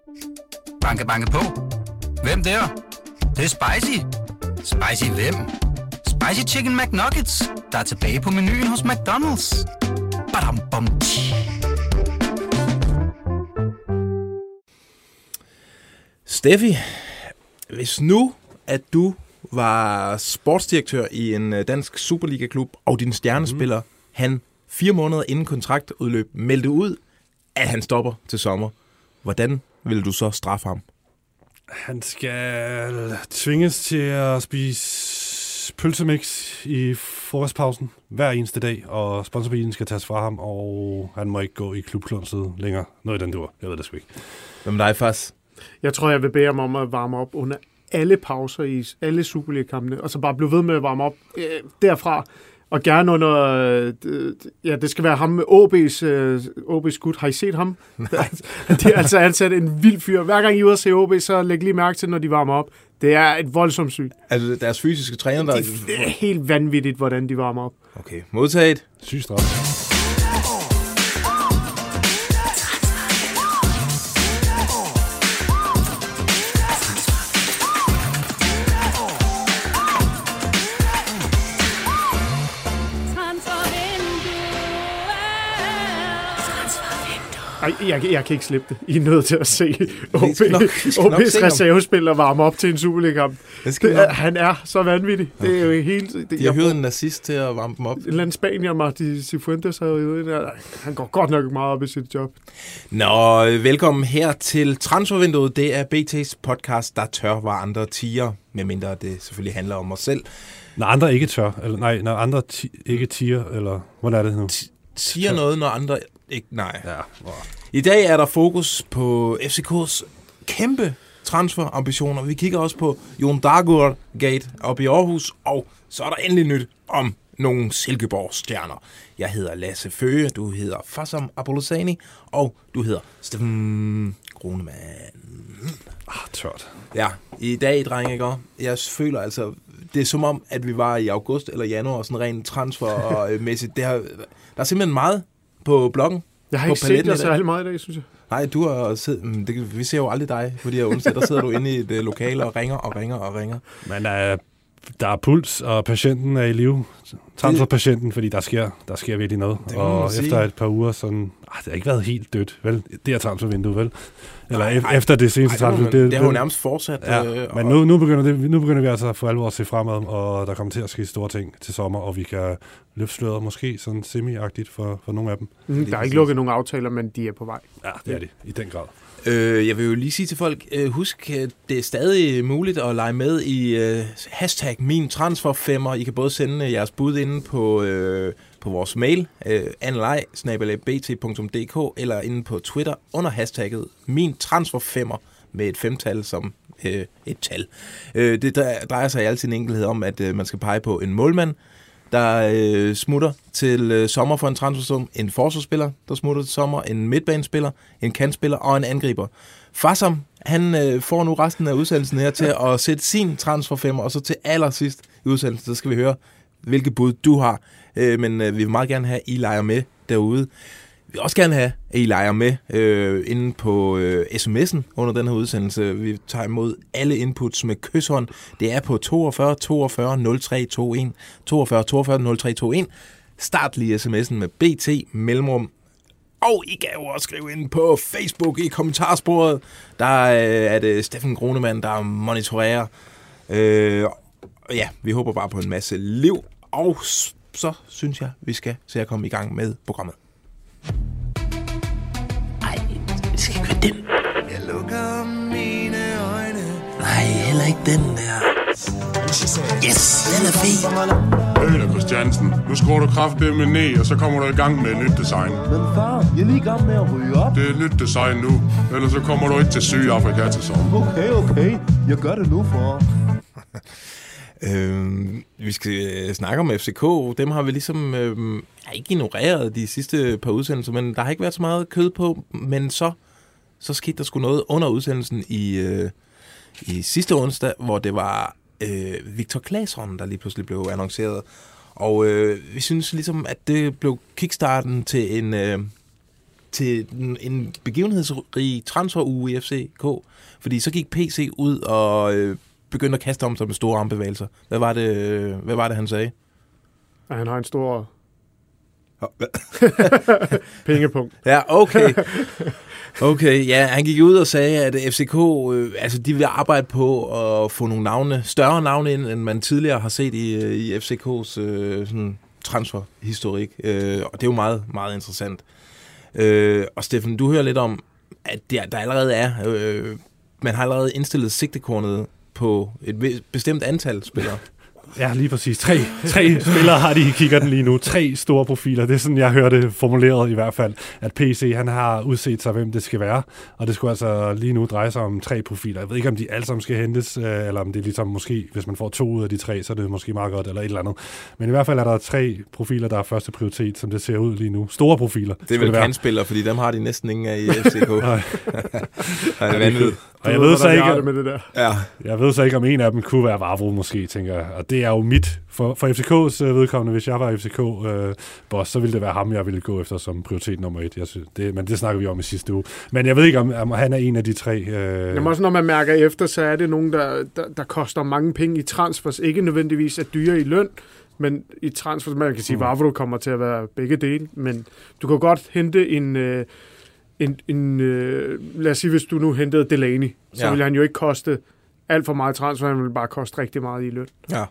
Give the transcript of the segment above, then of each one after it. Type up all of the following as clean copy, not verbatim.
Banke, banke på. Hvem der? Det er spicy. Spicy hvem? Spicy Chicken McNuggets, der er tilbage på menuen hos McDonald's. Badum, bom, Steffi, hvis nu, at du var sportsdirektør i en dansk Superliga-klub, og din stjernespiller, han 4 måneder inden kontraktudløb meldte ud, at han stopper til sommer, hvordan vil du så straffe ham? Han skal tvinges til at spise pølsemix i frokostpausen hver eneste dag, og sponsorbilen skal tages fra ham, og han må ikke gå i klubklunset længere. Noget i den dur. Jeg ved det sgu ikke. Hvem dig, Fas? Jeg tror, jeg vil bede ham om at varme op under alle pauser i alle Superliga-kampene, og så bare blive ved med at varme op derfra, og gerne under, det skal være ham med OB's skud. Har I set ham? Det er altså ansat en vild fyr. Hver gang I er ude at se OB, så læg lige mærke til, når de varmer op. Det er et voldsomt syn. Altså deres fysiske træner, der... Det er helt vanvittigt, hvordan de varmer op. Okay, modtaget. Sygt straf. Ej, jeg kan ikke slippe det. I er nødt til at se OB's reservespiller varme op til en Superliga-kamp. Han er så vanvittig. Okay. Det er jo helt... De har hyret en nazist til at varme dem op. En eller anden spanier, Martí Cifuentes, han går godt nok meget op i sit job. Nå, velkommen her til Transfervinduet. Det er BT's podcast, der tør, hvor andre tiger. Medmindre det selvfølgelig handler om os selv. Når andre ikke tør. Eller nej, når andre ikke tiger, eller hvordan er det nu? Siger noget, når andre... Ikke, nej. Ja, wow. I dag er der fokus på FCK's kæmpe transferambitioner. Vi kigger også på Jon Dagur Gate op i Aarhus, og så er der endelig nyt om nogle Silkeborg-stjerner. Jeg hedder Lasse Føge, du hedder Fassam Abolosani, og du hedder Steffen Grunemann. Tørt. Ja, i dag, drenge, ikke? Jeg føler altså, det er som om, at vi var i august eller januar, sådan rent transfermæssigt. Der er simpelthen meget på bloggen. Jeg har ikke set dig så meget i dag, synes jeg. Nej, du har siddet... Vi ser jo aldrig dig på de her onsdag. Der sidder du inde i et lokale og ringer. Men der er puls, og patienten er i live. Transferpatienten, fordi der sker virkelig noget. Og efter et par uger, sådan... det har ikke været helt dødt, vel? Det er transfervinduet, vel? Eller efter det seneste transfervindue. Det har jo nærmest fortsat. Ja, men nu begynder vi altså for alvor at se fremad, og der kommer til at ske store ting til sommer, og vi kan løfte sløret måske sådan semi-agtigt for nogle af dem. Der er ikke lukket nogen aftaler, men de er på vej. Ja, det er de, i den grad. Jeg vil jo lige sige til folk, husk, det er stadig muligt at lege med i hashtag #mintransferfemmer. I kan både sende jeres bud inde på vores mail, analej@bt.dk, eller inde på Twitter under hashtagget #mintransferfemmer med et 5-tal som et tal. Det drejer sig i al sin enkelhed om, at man skal pege på en målmand, der smutter til sommer for en transfersum, en forsvarsspiller, der smutter til sommer, en midtbanespiller, en kantspiller og en angriber. Fassam, han får nu resten af udsendelsen her til at sætte sin transferfemmer, og så til allersidst i udsendelsen, så skal vi høre, hvilke bud du har. Men vi vil meget gerne have, at I leger med derude. Vi vil også gerne have, at I leger med inde på sms'en under den her udsendelse. Vi tager imod alle inputs med kyshånd. Det er på 42 42 03 21. 42 42 03 21. Start lige sms'en med BT mellemrum. Og I kan jo også skrive ind på Facebook i kommentarsporet. Der er det Steffen Grunemann, der monitorerer. Ja, vi håber bare på en masse liv. Og så synes jeg, vi skal se at komme i gang med programmet. Ej, det skal ikke være den. Jeg lukker mine øjne. Nej, heller ikke den der. Yes, den er fed. Øler Christiansen, nu skruer du kraftedeme ned, og så kommer du i gang med et nyt design. Men far, jeg er lige i gang med at ryge op. Det er et nyt design nu, ellers så kommer du ikke til Sydafrika til sommer. Okay, jeg gør det nu, far. Vi skal snakke om FCK. Dem har vi ligesom ikke ignoreret de sidste par udsendelser, men der har ikke været så meget kød på. Men så skete der sgu noget under udsendelsen i sidste onsdag, hvor det var Victor Claesson, der lige pludselig blev annonceret. Og vi synes ligesom, at det blev kickstarten til til en begivenhedsrig transferuge i FCK, fordi så gik PC ud og begyndte at kaste om sig med store armbevægelser. Hvad var det han sagde? Ja, han har en stor pengepunkt. Ja, okay. Okay, ja, han gik ud og sagde, at FCK, de vil arbejde på at få nogle større navne ind, end man tidligere har set i FCK's sådan transferhistorik. Og det er jo meget, meget interessant. Og Steffen, du hører lidt om, at der allerede er, man har allerede indstillet sigtekornet på et bestemt antal spillere. Ja, lige præcis. Tre spillere har de i kiggerten lige nu. 3 store profiler. Det er sådan, jeg hørte det formuleret i hvert fald, at PC han har udset sig, hvem det skal være. Og det skulle altså lige nu dreje sig om 3 profiler. Jeg ved ikke, om de alle sammen skal hentes, eller om det er ligesom måske, hvis man får 2 ud af de 3, så er det måske meget godt, eller et eller andet. Men i hvert fald er der 3 profiler, der er første prioritet, som det ser ud lige nu. Store profiler. Det er vel kandspillere, fordi dem har de næsten ingen af i FCK. Nej, det er vanvittigt. Og jeg ved så ikke, med det der. Ja. Jeg ved så ikke, om en af dem kunne være Vavro måske, tænker jeg. Og det er jo mit, for FCK's vedkommende, hvis jeg var FCK-boss, så ville det være ham, jeg ville gå efter som prioritet nummer 1. Men det snakker vi om i sidste uge. Men jeg ved ikke, om han er en af de 3. Jamen også når man mærker efter, så er det nogen, der koster mange penge i transfers. Ikke nødvendigvis er dyre i løn, men i transfers, man kan sige, Vavro kommer til at være begge dele. Men du kan godt hente lad os sige, hvis du nu hentede Delaney, så ville han jo ikke koste alt for meget transfer, han ville bare koste rigtig meget i løn. Ja.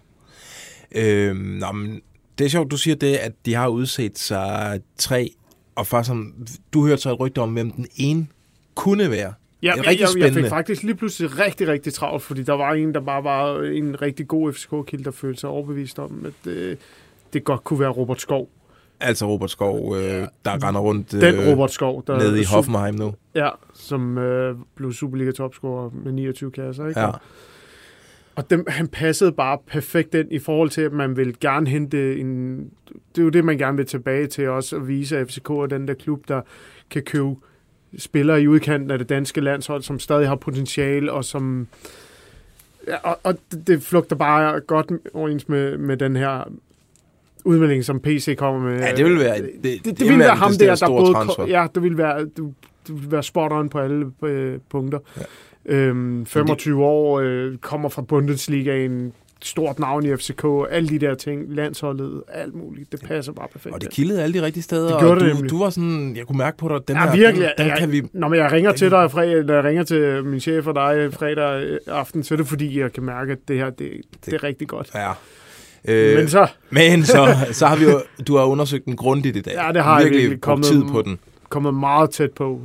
Men det er sjovt, du siger det, at de har udset sig 3, og faktisk du hørte så et rygte om, hvem den ene kunne være. Ja, jeg fik faktisk lige pludselig rigtig, rigtig travlt, fordi der var en, der bare var en rigtig god FCK-kilde, der følte sig overbevist om, at det godt kunne være Robert Skov. Altså Robert Skov, der render rundt Robert Skov, der nede i Hoffenheim nu. Ja, som blev Superliga-topscorer med 29 kasser, ikke? Ja. Og han passede bare perfekt ind i forhold til, at man vil gerne hente en... Det er jo det, man gerne vil tilbage til også, at vise, at FCK er den der klub, der kan købe spillere i udkanten af det danske landshold, som stadig har potentiale, og som... Ja, og det flugter bare godt overens med den her udmelding, som PC kommer med. Ja, det vil være... Det vil være ham der både... Transfer. Ja, det vil være... Du vil være spot on på alle punkter. Ja. 25 år, kommer fra Bundesligaen, stort navn i FCK, alle de der ting, landsholdet, alt muligt, det passer bare perfekt. Og det kildede alle de rigtige steder, og du var sådan, jeg kunne mærke på dig, den her, virkelig, den kan vi... Når jeg ringer til dig fredag, når jeg ringer til min chef og dig fredag aften, så er det fordi, jeg kan mærke, at det her, det er rigtig godt. Ja. Men så har vi jo, du har undersøgt den grundigt i dag. Ja, det har virkelig jeg kommet tid på den. Kommet meget tæt på.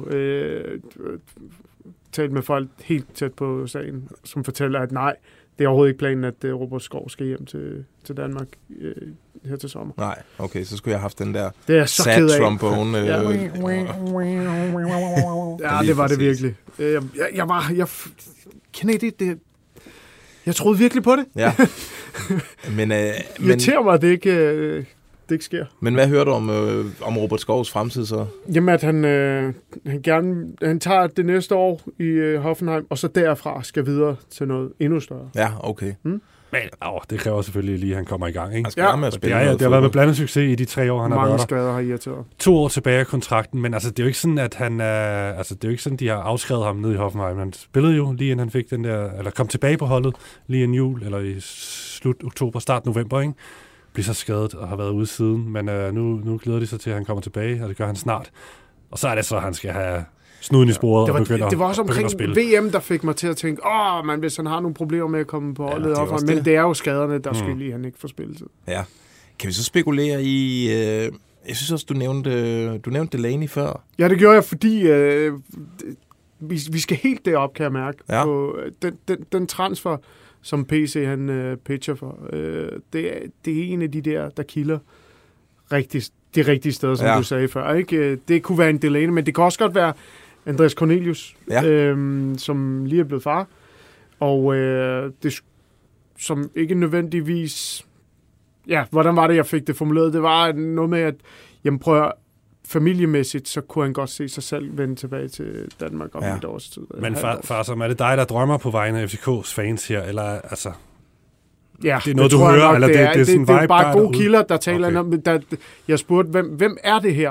Talt med folk helt tæt på sagen, som fortæller, at nej, det er overhovedet ikke planen, at Robert Skov skal hjem til Danmark her til sommer. Nej, okay, så skulle jeg have haft den der sad trombone. Ja, det var det virkelig. Jeg troede virkelig på det. Ja. Men irriterer mig, at det ikke sker. Men hvad hører du om Robert Skovs fremtid så? Jamen, at han tager det næste år i Hoffenheim, og så derfra skal videre til noget endnu større. Ja, okay. Men det kræver selvfølgelig lige, at han kommer i gang, ikke? Han skal med at spille det har været med blandet succes i de 3 år, han har været der. Mange skader har irriteret. 2 år tilbage af kontrakten, men altså, det er jo ikke sådan, at han altså, det er jo ikke sådan, de har afskrevet ham ned i Hoffenheim. Han spillede jo lige inden han fik den der, eller kom tilbage på holdet lige en jul, eller i slut oktober, start november, ikke? Bliver så skadet og har været ude siden, men nu glæder de sig til, at han kommer tilbage, og det gør han snart. Og så er det så, at han skal have snuden i sporet det var også omkring VM, der fik mig til at tænke, hvis han har nogle problemer med at komme på holdet, men det er jo skaderne, der skyld i, at han ikke får spilletid. Ja. Kan vi så spekulere i... jeg synes også, du nævnte Delaney før. Ja, det gjorde jeg, fordi vi skal helt derop, kan jeg mærke. Ja. På den transfer, som PC han pitcher for. Det er en af de der kilder de rigtige steder, som du sagde før. Ikke? Det kunne være en Delaney, men det kan også godt være Andreas Cornelius, som lige er blevet far. Og det som ikke nødvendigvis... Ja, hvordan var det, jeg fik det formuleret? Det var noget med, at familiemæssigt, så kunne han godt se sig selv vende tilbage til Danmark om et års tid. Men far, som er det dig, der drømmer på vegne af FCK's fans her, eller altså... Ja, det er noget, du hører, eller det er sådan det er bare gode kilder, der taler om... Jeg spurgte, hvem er det her?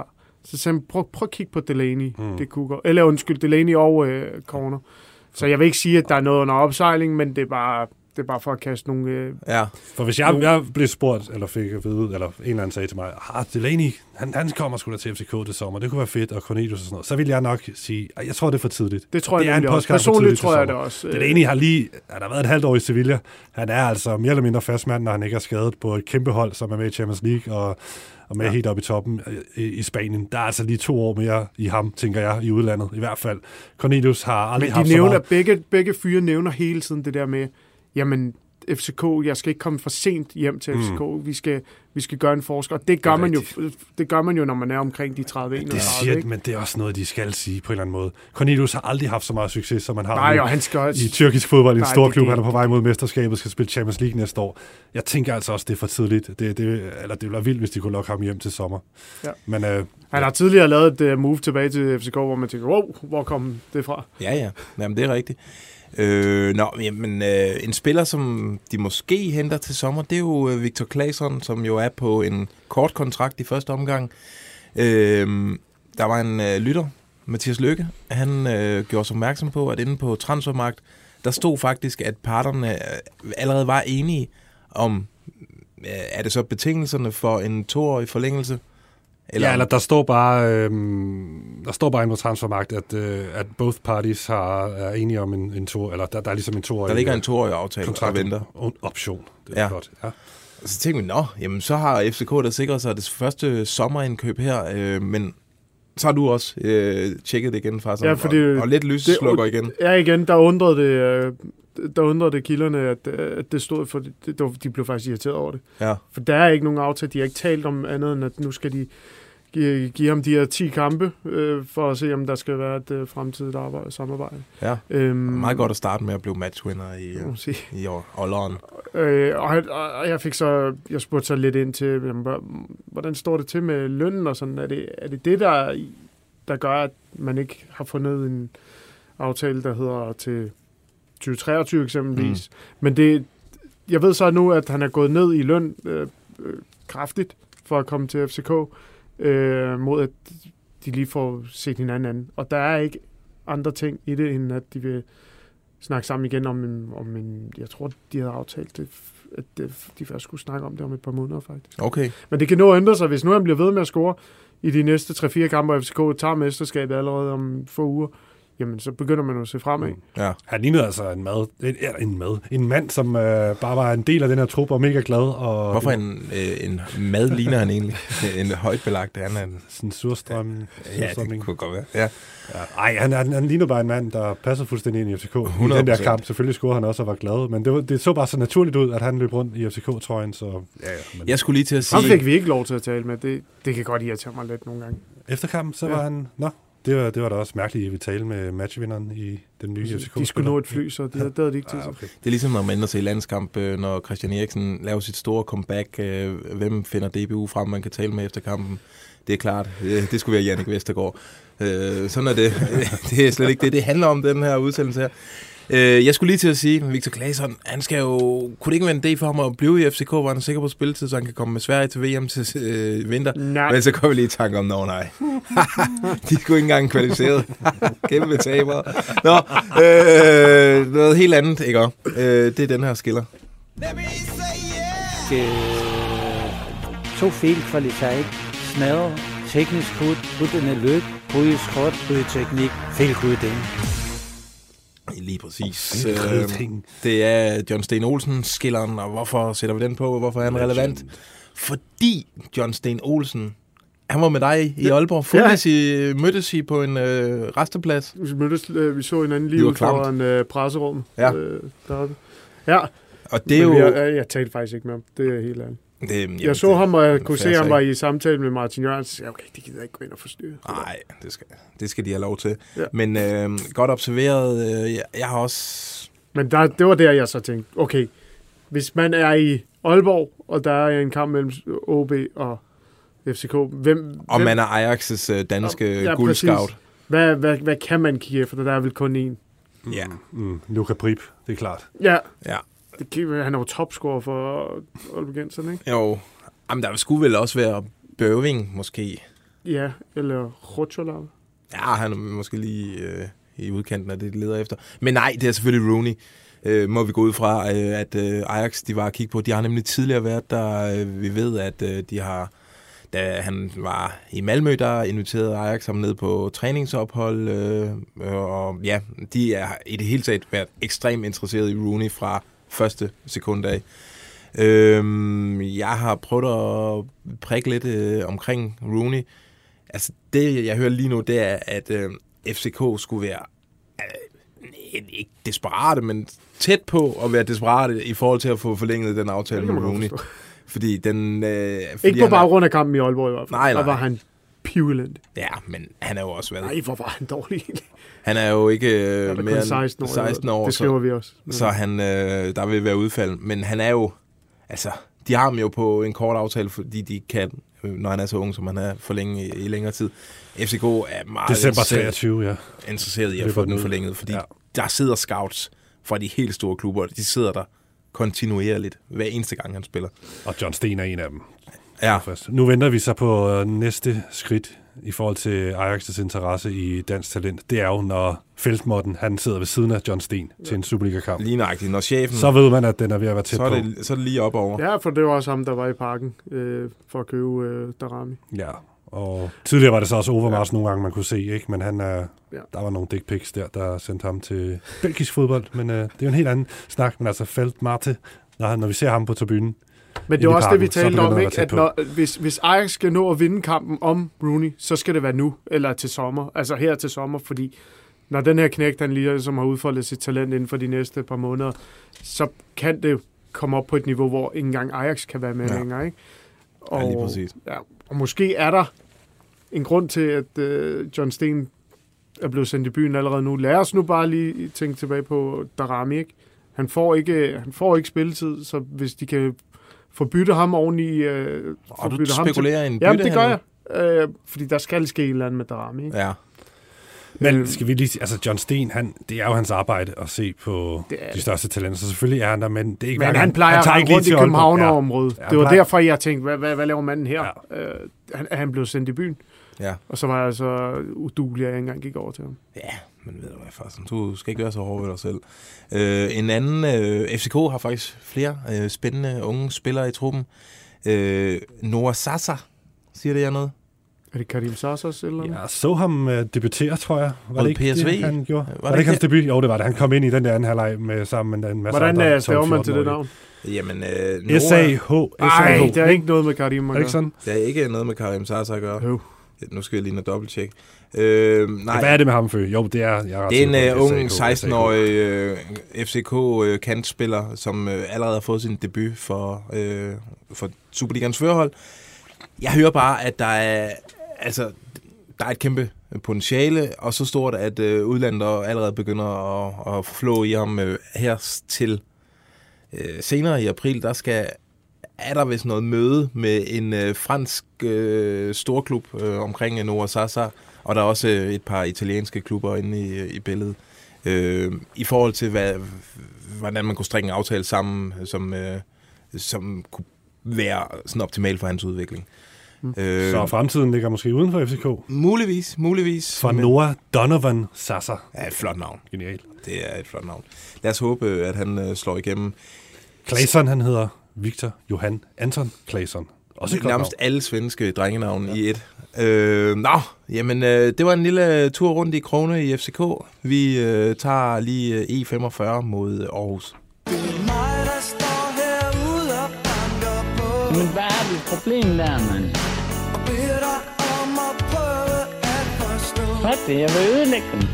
Så sagde han, prøv at kigge på Delaney. Det kunne gå. Eller undskyld, Delaney og Corner. Så jeg vil ikke sige, at der er noget under opsejling, men det er bare for at kaste nogle... Ja. For hvis jeg blev spurgt, eller fik at vide, eller en eller anden sagde til mig, Delaney, han kommer sgu da til FCK det sommer, det kunne være fedt, og Cornelius og sådan noget, så vil jeg nok sige, jeg tror, det er for tidligt. Det tror jeg det er en også. Personligt tror jeg det også. Delaney har der været et halvt år i Sevilla. Han er altså mere eller mindre fastmand, når han ikke er skadet på et kæmpe hold, som er med i Champions League, og med helt oppe i toppen i Spanien. Der er altså lige 2 år mere i ham, tænker jeg, i udlandet i hvert fald. Cornelius har aldrig haft så meget. Men begge fyre nævner hele tiden det der med, jamen, FCK, jeg skal ikke komme for sent hjem til FCK. Vi skal gøre en forskel. Og det gør man jo, når man er omkring de 30 det siger, men det er også noget, de skal sige på en eller anden måde. Cornelius har aldrig haft så meget succes, som man har i tyrkisk fodbold i en stor klub. Han er på vej mod mesterskabet, skal spille Champions League næste år. Jeg tænker altså også, det er for tidligt. Det ville være vildt, hvis de kunne lokke ham hjem til sommer. Ja. Men, han har tidligere lavet et move tilbage til FCK, hvor man tænker, wow, hvor kom det fra? Ja. Jamen, det er rigtigt. En spiller, som de måske henter til sommer, det er jo Victor Claesson, som jo er på en kort kontrakt i første omgang. Der var en lytter, Mathias Lykke, han gjorde sig opmærksom på, at inde på Transfermarkt, der stod faktisk, at parterne allerede var enige om, er det så betingelserne for en 2-årig forlængelse? Eller der står bare inde på Transfermarkt, at both parties er enige om en 2, eller der er ligesom en 2-årig. Der ligger en 2-årig aftale og venter. Option. Det er godt. Ja. Så tænkte vi, jamen så har FCK der sikret sig det første sommerindkøb her, men så har du også tjekket det igen fra sådan, og lidt lysslukker igen. Ja, igen, der undrede det kilderne, at det stod for, de blev faktisk irriteret over det. Ja. For der er ikke nogen aftale, de har ikke talt om andet, end at nu skal de give ham de her 10 kampe, for at se, om der skal være et fremtidigt samarbejde. Ja, meget godt at starte med at blive matchwinner i ålderen. Og jeg spurgte så lidt ind til, hvordan står det til med lønnen og sådan, er det der gør, at man ikke har fundet en aftale, der hedder til 2023 eksempelvis. Men jeg ved så nu, at han er gået ned i løn kraftigt for at komme til FCK, mod at de lige får set hinanden anden. Og der er ikke andre ting i det, end at de vil snakke sammen igen om en jeg tror, de havde aftalt det, at de først skulle snakke om det om et par måneder faktisk. Okay. Men det kan nå at ændre sig, hvis nu han bliver ved med at score i de næste 3-4 kampe, og FCK tager mesterskabet allerede om få uger, jamen så begynder man at se fremad. Ja. Han lignede altså en mand, som bare var en del af den her trup og mega glad. Og hvorfor en mad ligner han egentlig? En højt belagt, han er sådan en surstrøm. Ja, det kunne godt være. Ja. Ej, han lignede bare en mand, der passede fuldstændig ind i FCK. 100%. I den der kamp, selvfølgelig scorede han også og var glad, men det så bare så naturligt ud, at han løb rundt i FCK-trøjen. Så, men jeg skulle lige til at sige... Han fik vi ikke lov til at tale med. Det kan godt irritere mig lidt nogle gange. Efter kampen, så var han... Det var da også mærkeligt, at vi talte med matchvinderen i den nye FCK. De skulle nå et fly, så det havde de ikke til. Okay. Det er ligesom, når man ender sig i landskamp, når Christian Eriksen laver sit store comeback. Hvem finder DBU frem, man kan tale med efter kampen? Det er klart. Det skulle være Jannik Vestergaard. Sådan er det. Det er slet ikke det handler om, den her udsendelse her. Jeg skulle lige til at sige, Victor Claesson, han skal jo... Kunne det ikke være en idé for ham at blive i FCK, hvor han er sikker på spilletid, så han kan komme med Sverige til VM til vinter? Nej. Men så kommer vi lige i tanke om, nej. De skulle ikke engang kvalificeret. Kæmpe tabere. Noget helt andet, ikke også? Det er den her skiller. To feilkvalitet, smadre, teknisk hud, uden løb, bryde skråt, bryde teknik, feilkudning. Lige præcis. Det er John Sten Olsen-skilleren, og hvorfor sætter vi den på? Hvorfor er han relevant? Fordi John Sten Olsen, han var med dig i Aalborg. Mødtes I på en resteplads? Vi så hinanden lige ud foran presserum. Ja. Deroppe. Ja. Og det er jo... Jeg talte faktisk ikke med ham. Det er helt ærligt. Jeg så ham, og jeg kunne se, at han var i samtale med Martin Jørgensen. Så jeg okay, det gider ikke gå ind og forstyrre. Nej, det skal de have lov til. Ja. Men godt observeret. Jeg har også... Men det var der, jeg så tænkte, okay, hvis man er i Aalborg, og der er en kamp mellem OB og FCK, hvem man er Ajax's danske guldscout. Hvad kan man kigge efter? Der er vel kun én. Ja. Luka Prip, det er klart. Ja. Han er jo topscorer for Aalborg, ikke? Jo. Jamen, der skulle vel også være Bøving, måske. Ja, eller Rotjola. Ja, han er måske lige i udkanten af det, de leder efter. Men nej, det er selvfølgelig Rooney. Må vi gå ud fra, at Ajax, de var at kigge på. De har nemlig tidligere været der. Vi ved, at de har... Da han var i Malmø, der inviterede Ajax ham ned på træningsophold. Og ja, de er i det hele taget været ekstremt interesseret i Rooney fra første sekund af. Jeg har prøvet at prikke lidt omkring Rooney. Altså det, jeg hører lige nu, det er, at FCK skulle være ikke desperate, men tæt på at være desperate i forhold til at få forlænget den aftale med Rooney. Fordi den... ikke på baggrund af kampen i Aalborg i hvert fald. Nej. Der var han pivelent. Ja, men han er jo også været... Nej, hvor var han dårlig. Han er jo ikke mere end 16 år. Det skriver vi også. Så han, der vil være udfald. Men han er jo... Altså, de har ham jo på en kort aftale, fordi de kan, når han er så ung, som han er, forlænge i længere tid. FCK er meget December 23, ja. Interesseret i at få den forlænget, fordi der sidder scouts fra de helt store klubber, de sidder der kontinuerligt hver eneste gang, han spiller. Og John Sten er en af dem. Ja. Nu venter vi så på næste skridt i forhold til Ajax' interesse i dansk talent. Det er jo, når Feldmotten, han sidder ved siden af John Sten til en Superliga-kamp. Lige nøjagtigt. Når chefen... Så ved man, at den er ved at være tæt på. Så er det lige op over. Ja, for det var også ham, der var i parken for at købe Darami. Ja, og tidligere var det så også Overmars nogle gange, man kunne se, ikke? Men han er... Der var nogle dick pics der sendte ham til belgisk fodbold, men det er jo en helt anden snak. Men altså Feldmarte, når vi ser ham på tribunen. Men det er også parken, det, vi talte om, ikke? At hvis Ajax skal nå at vinde kampen om Rooney, så skal det være nu, eller til sommer. Altså her til sommer, fordi når den her knægt, han lige som har udfoldet sit talent inden for de næste par måneder, så kan det komme op på et niveau, hvor ikke engang Ajax kan være med længere, ikke? Og, ja, lige præcis. Ja, og måske er der en grund til, at John Sten er blevet sendt i byen allerede nu. Lad os nu bare lige tænke tilbage på Darami, ikke? Han får ikke spilletid, så hvis de kan forbytte ham oveni... og du spekulerer i en bytte? Jamen, det gør jeg. Fordi der skal ske et eller andet med Darami, ikke? Ja. Men skal vi lige sige, altså John Sten, det er jo hans arbejde at se på de største talenter, så selvfølgelig er han der, men det er ikke... Men han plejer at rende rundt i København-området. Ja, det var derfor, jeg tænkte, hvad laver manden her? Ja. Han blev sendt i byen. Ja. Og så var jeg altså uduelig, at jeg ikke engang gik over til ham. Ja, men ved du hvad, faktisk, du skal ikke være så hård ved dig selv. En anden, FCK har faktisk flere spændende unge spillere i truppen. Noah Sasa, siger det jer noget? Er det Karim Sassas eller noget? Jeg så ham debutere, tror jeg. Var det ikke PSV? Det, han gjorde? Var det ikke hans debut? Jo, det var det. Han kom ind i den der anden halvleg med sammen med en masse andre. Hvordan staver man til det navn? Jamen, Noah... S-A-H. Nej, det er ikke noget med Karim at gøre. Det er ikke noget med Karim Sasa at gøre. Nu skal jeg lige noget dobbelttjek. Nej. Hvad er det med ham for? Jo, det er... Det er en ung 16-årig FCK-kantspiller, som allerede har fået sin debut for Superligans førerhold. Jeg hører bare, at der er et kæmpe potentiale, og så stort, at udlandet allerede begynder at flå i ham her til senere i april. Er der vist noget møde med en fransk storklub omkring Noah Sasa, og der er også et par italienske klubber inde i billedet. I forhold til, hvordan man kunne strikke en aftale sammen, som kunne være sådan optimal for hans udvikling. Så fremtiden ligger måske uden for FCK? Muligvis. For Noah Donovan Sasa. Ja, et flot navn. Genial. Det er et flot navn. Lad os håbe, at han slår igennem. Claesson, han hedder Victor Johan Anton Claesson. Også nærmest alle svenske drengenavne i et. Det var en lille tur rundt i Krone i FCK. Vi tager lige E45 mod Aarhus. Men hvad er dit problem der, mand? Hvad det? Jeg vil ødelægge dem.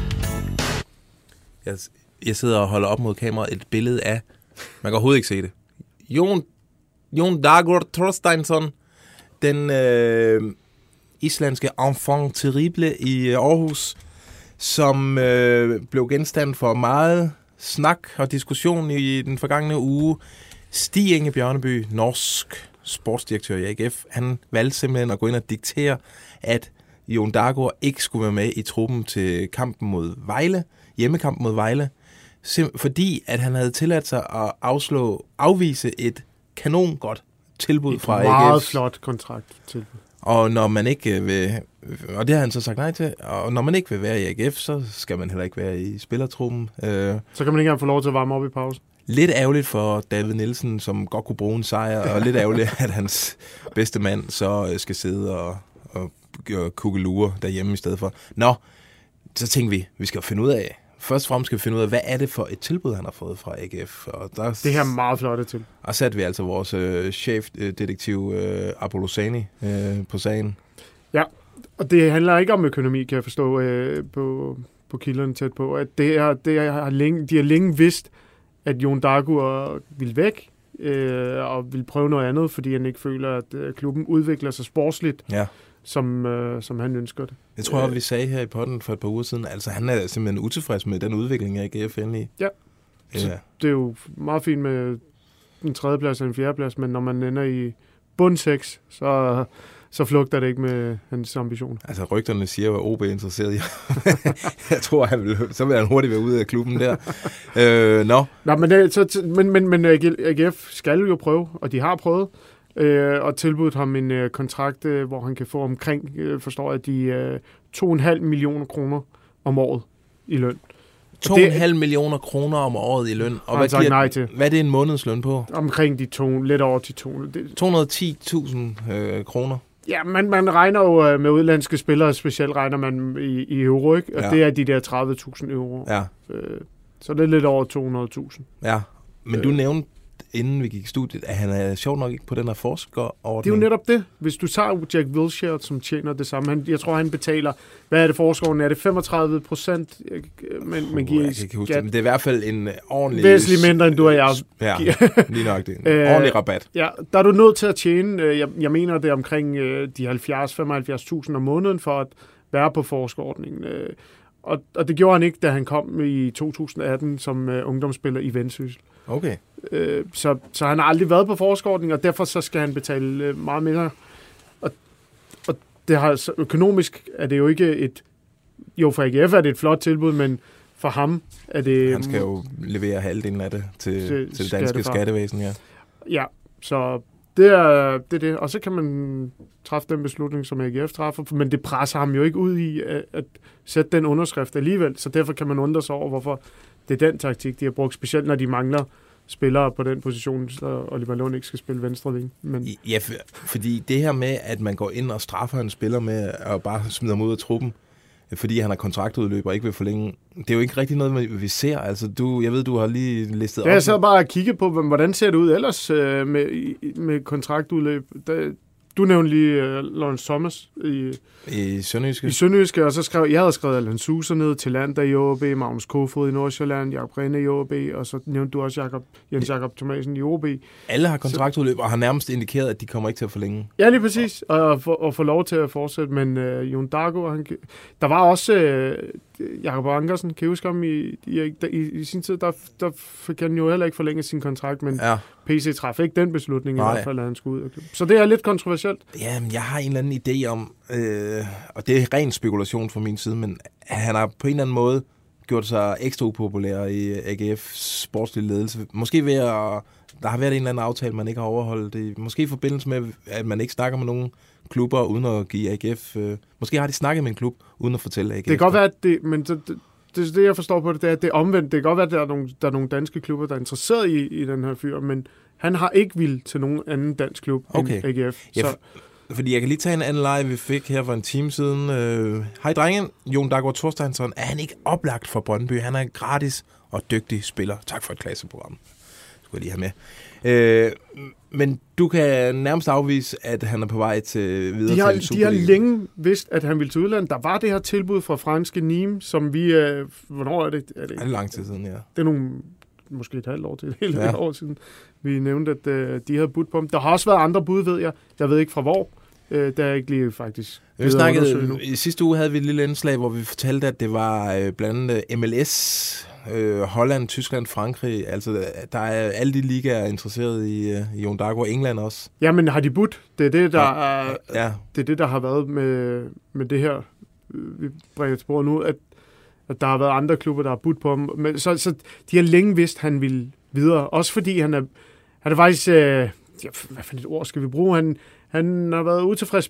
Jeg sidder og holder op mod kameraet et billede af... Man kan overhovedet ikke se det. Jon Dagur Thorsteinsson, den islandske enfant terrible i Aarhus, som blev genstand for meget snak og diskussion i den forgangne uge. Stig Inge Bjørneby, norsk sportsdirektør i AGF, han valgte simpelthen at gå ind og diktere, at Jon Dagur ikke skulle være med i truppen til kampen mod Vejle, hjemmekampen mod Vejle, fordi at han havde tilladt sig at afvise et kanon godt tilbud fra AGF. Meget flot kontrakt tilbud. Og når man ikke vil, og det har han så sagt nej til, og når man ikke vil være i AGF, så skal man heller ikke være i spillertruppen. Så kan man ikke engang få lov til at varme op i pausen. Lidt ærgerligt for David Nielsen, som godt kunne bruge en sejr, og lidt ærgerligt, at hans bedste mand så skal sidde og kukkelure derhjemme i stedet for. Nå, så tænkte vi skal finde ud af, først og fremmest skal vi finde ud af, hvad er det for et tilbud, han har fået fra AGF. Og der, det her er meget flot til. Og satte vi altså vores chefdetektiv Apolosani på sagen. Ja, og det handler ikke om økonomi, kan jeg forstå på kilderne tæt på. At de har længe vidst, at Jon Dagur ville væk, og ville prøve noget andet, fordi han ikke føler, at klubben udvikler sig sportsligt, som han ønsker det. Jeg tror, vi sagde her i podden for et par uger siden, altså han er simpelthen utilfreds med den udvikling af AGF endelig. Ja, så det er jo meget fint med en 3. plads og en 4. plads, men når man ender i bund 6, så flugter det ikke med hans ambition. Altså rygterne siger jo, at OB er interesseret i. Jeg tror, så vil han hurtigt være ude af klubben der. Men AGF skal jo prøve, og de har prøvet, og tilbudt ham en kontrakt, hvor han kan få omkring, forstår jeg, de 2,5 millioner kroner om året i løn. 2,5 millioner kroner om året i løn. Og hvad er det en månedsløn på? Omkring lidt over de 210.000 kroner. Ja, man regner jo med udlandske spillere, specielt regner man i euro, ikke? Og det er de der 30.000 euro. Ja. Så det er lidt over 200.000. Ja, men du nævnte, inden vi gik i studiet, at han er sjovt nok ikke på den her forskerordning. Det er jo netop det. Hvis du tager Jack Wilshere, som tjener det samme, jeg tror, han betaler, hvad er det forskerordning? Er det 35%, man giver i skat? Men det er i hvert fald en ordentlig... Væsentligt mindre, end du og jeg. Ja, lige nok det. En ordentlig rabat. Ja, der er du nødt til at tjene, jeg mener, det er omkring de 70-75.000 om måneden, for at være på forskerordningen. Og det gjorde han ikke, da han kom i 2018 som ungdomsspiller i Vendsyssel. Okay. Så han har aldrig været på forskerordning, og derfor så skal han betale meget mere. Og det har, økonomisk er det jo ikke et... Jo, for AGF er det et flot tilbud, men for ham er det... Han skal jo levere halvdelen af det til det danske skattevæsen, ja. Ja, så det er det. Og så kan man træffe den beslutning, som AGF træffer, men det presser ham jo ikke ud i at sætte den underskrift alligevel, så derfor kan man undre sig over, hvorfor det er den taktik, de har brugt, specielt når de mangler spillere på den position, så Oliver Lund ikke skal spille venstre ving. Men... Ja, fordi det her med, at man går ind og straffer en spiller med at bare smide ham ud af truppen, fordi han har kontraktudløb og ikke vil forlænge, det er jo ikke rigtig noget, vi ser. Altså, jeg ved, du har lige listet op. Jeg sad bare og kiggede på, hvordan ser det ud ellers med kontraktudløb. Du nævnte lige Lawrence Thomas i Sønderjyske. I Sønderjyske, og så jeg havde skrevet Allan Suser ned til Lander i OB, Magnus Kofod i Nordsjælland, Jakob Rene i OB, og så nævnte du også Jens Jakob Thomasen i OB. Alle har kontraktudløb og har nærmest indikeret, at de kommer ikke til at forlænge. Ja, lige præcis, og få lov til at fortsætte, men Jon Dagur, der var også Jakob Ankersen, kan I huske ham i sin tid, der fik han jo heller ikke forlænget sin kontrakt, men PC træffede ikke den beslutning i hvert fald, at han skulle ud af klubben. Så det er lidt kontroversielt. Jamen, jeg har en eller anden idé om, og det er ren spekulation fra min side, men han har på en eller anden måde gjort sig ekstra upopulær i AGF's sportslige ledelse. Måske ved at der har været en eller anden aftale, man ikke har overholdt. Måske i forbindelse med, at man ikke snakker med nogen klubber uden at give AGF... Måske har de snakket med en klub uden at fortælle AGF. Det kan godt være, at det jeg forstår på det, det er, at det er omvendt. Det kan godt være, at der er nogle danske klubber, der er interesseret i den her fyr, men han har ikke vildt til nogen anden dansk klub end AGF. Ja, fordi jeg kan lige tage en anden leje, vi fik her for en time siden. Hej drengen, Jon Dagur Thorsteinsson. Er han ikke oplagt for Brøndby? Han er en gratis og dygtig spiller. Tak for et klasseprogram. Skulle jeg lige have med. Men du kan nærmest afvise, at han er på vej til videre til Superliga. De har længe vidst, at han ville til udlandet. Der var det her tilbud fra franske Nîmes, som vi... hvornår er det? Det er lang tid siden, ja. Det er måske et halvt år til, et år siden, vi nævnte, at de havde budt på ham. Der har også været andre bud, ved jeg. Jeg ved ikke fra hvor. Der er ikke lige faktisk... I sidste uge havde vi et lille indslag, hvor vi fortalte, at det var blandt andet MLS, Holland, Tyskland, Frankrig. Altså, der er alle de ligaer interesseret i Jon Dagur, England også. Ja, men har de budt? Det er det, der det er det, der har været med det her, vi bringer til bordet nu, at der har været andre klubber, der har budt på ham. Men, så de har længe vidst, at han ville videre. Også fordi han er faktisk... hvad for et ord skal vi bruge? Han har været utilfreds med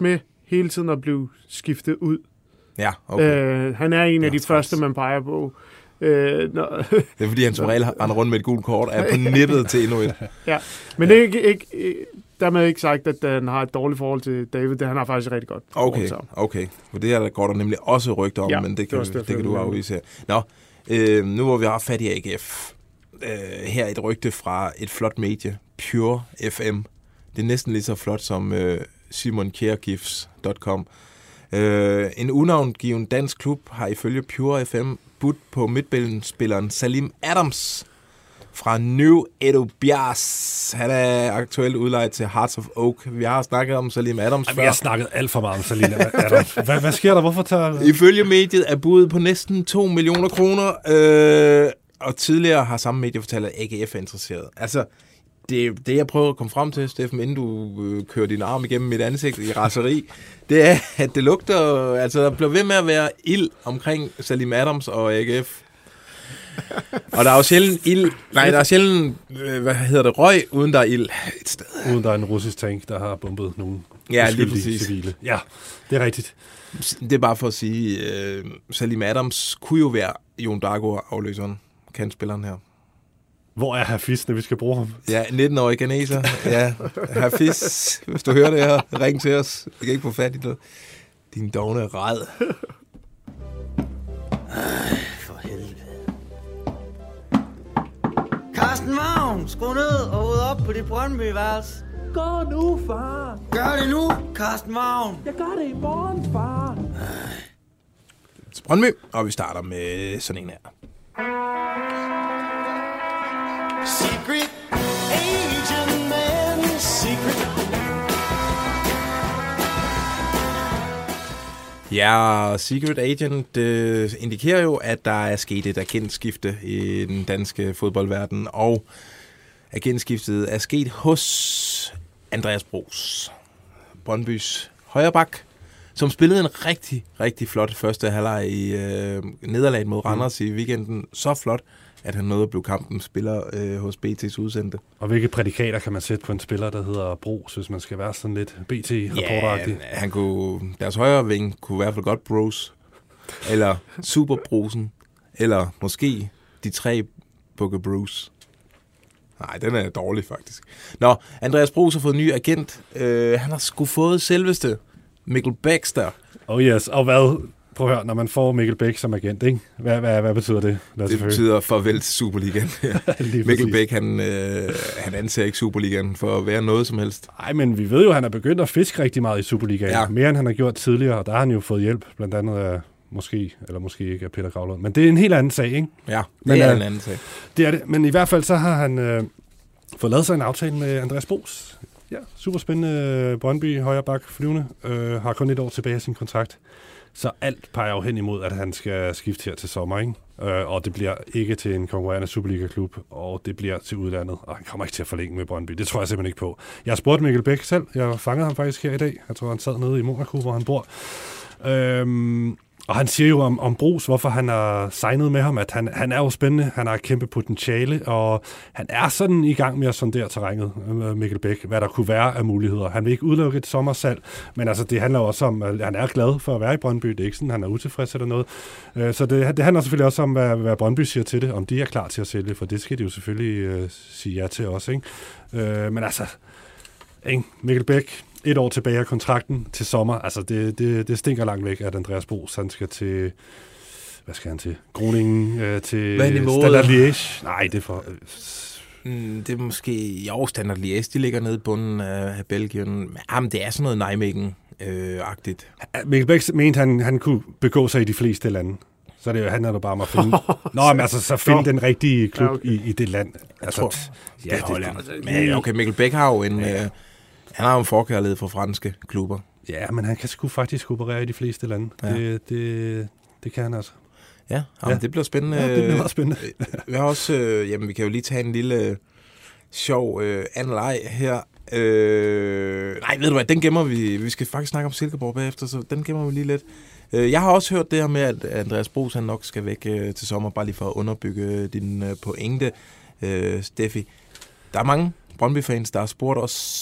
hele tiden at blive skiftet ud. Ja, okay. Han er en af de første, man peger på. Det er fordi, han som regel render rundt med et gult kort, er på nippet til endnu et. Ja, men det er ikke dermed ikke sagt, at han har et dårligt forhold til David. Det han har faktisk rigtig godt. Okay. For det er der går der nemlig også rygter om, men det kan du afvise her. Nå, nu hvor vi har fat i AGF. Her et rygte fra et flot medie, Pure FM. Det er næsten lige så flot som simonkjærgifs.com. En unavngiven dansk klub har ifølge Pure FM budt på midtbanespilleren Salim Adams fra New Edubias. Han er aktuelt udlejet til Hearts of Oak. Vi har snakket om Salim Adams før. Vi har snakket alt for meget om Salim Adams. Hvad sker der? Hvorfor tager... Ifølge mediet er budet på næsten 2 millioner kroner, og tidligere har samme medie fortalt, at AGF er interesseret. Altså, det jeg prøver at komme frem til, Steffen, inden du kører din arm igennem mit ansigt i raseri, det er, at det lugter... Altså, der bliver ved med at være ild omkring Salim Adams og AGF. Og der er jo sjældent ild... Nej, der er sjældent, røg, uden der er ild et sted. Uden der er en russisk tank, der har bombet nogle civile. Ja, det er rigtigt. Det er bare for at sige, Salim Adams kunne jo være Jon Dago-afløseren, kandspilleren her. Hvor er Hafiz, når vi skal bruge ham? Ja, 19-årig ganeser. Ja, Hafiz, hvis du hører det her, ring til os. Vi kan ikke få fat i det. Din dogne ræd. For helvede. Carsten Vagn, skru ned og rydde op på dit Brøndby-værelse. Gå nu, far. Gør det nu, Carsten Vagn. Jeg gør det i morgen, far. Til Brøndby, og vi starter med sådan en her. Secret agent man, secret. Ja, Secret Agent indikerer jo, at der er sket et agentskifte i den danske fodboldverden, og agentskiftet er sket hos Andreas Broos, Brøndbys højreback, som spillede en rigtig, rigtig flot første halvleg i nederlaget mod Randers i weekenden. Så flot, at han nåede at blive kampens spiller hos BT's udsendte. Og hvilke prædikater kan man sætte på en spiller, der hedder Broos, hvis man skal være sådan lidt BT-rapporteragtig? Ja, deres højre ving kunne i hvert fald godt Bros, eller Superbrosen, eller måske de 3 Bukke Bruce. Nej, den er dårlig faktisk. Nå, Andreas Broos har fået en ny agent. Han har sgu fået selveste Mikkel Baxter. Oh yes, og hvad? Prøv at høre, når man får Mikkel Bæk som agent, ikke? Hvad betyder det? Det betyder farvel til Superligaen. Mikkel Bæk, han anser ikke Superligaen for at være noget som helst. Nej, men vi ved jo, at han er begyndt at fiske rigtig meget i Superligaen. Ja. Mere end han har gjort tidligere, og der har han jo fået hjælp, blandt andet af måske ikke af Peter Gravlund. Men det er en helt anden sag, ikke? Ja, det er en anden sag. Det er det, men i hvert fald så har han fået lavet sig en aftale med Andreas Broos. Ja, super spændende. Brøndby, højreback, flyvende, har kun 1 år tilbage af sin kontrakt. Så alt peger jo hen imod, at han skal skifte her til sommer, ikke? Og det bliver ikke til en konkurrerende Superliga-klub, og det bliver til udlandet, og han kommer ikke til at forlænge med Brøndby. Det tror jeg simpelthen ikke på. Jeg har spurgt Mikkel Bæk selv. Jeg fangede ham faktisk her i dag. Jeg tror, han sad nede i Monaco, hvor han bor. Og han siger jo om Broos, hvorfor han har signet med ham, at han er jo spændende, han har et kæmpe potentiale, og han er sådan i gang med at sondere terrænet, Mikkel Bæk, hvad der kunne være af muligheder. Han vil ikke udelukke et sommersalg, men altså, det handler også om, at han er glad for at være i Brøndby. Det er ikke sådan, han er utilfreds eller noget. Så det handler selvfølgelig også om, hvad Brøndby siger til det, om de er klar til at sælge, for det skal de jo selvfølgelig sige ja til også, ikke? Men altså, ikke? Mikkel Bæk, 1 år tilbage af kontrakten til sommer. Altså, det stinker langt væk, at Andreas Broos, han skal til... Hvad skal han til? Groningen til Standard Liège? Nej, det er for... Det er måske... Jo, Standard Liège, de ligger nede i bunden af Belgien. Men det er sådan noget Nijmegen-agtigt. Mikkel Bæk mente, han kunne begå sig i de fleste lande. Så det handler jo bare om at finde... men altså, så finde den rigtige klub i det land. Altså, det holder. Men okay, Mikkel Bæk har jo en... Han har jo en forkærlighed for franske klubber. Ja, men han kan sgu faktisk operere i de fleste lande. Ja. Det kan han altså. Ja, det bliver spændende. Ja, det bliver meget spændende. Vi har også, vi kan jo lige tage en lille sjov anden leg her. Nej, ved du hvad, den gemmer vi. Vi skal faktisk snakke om Silkeborg bagefter, så den gemmer vi lige lidt. Jeg har også hørt det her med, at Andreas Broos han nok skal væk til sommer, bare lige for at underbygge din pointe, Steffi. Der er mange Brøndby-fans, der har spurgt os,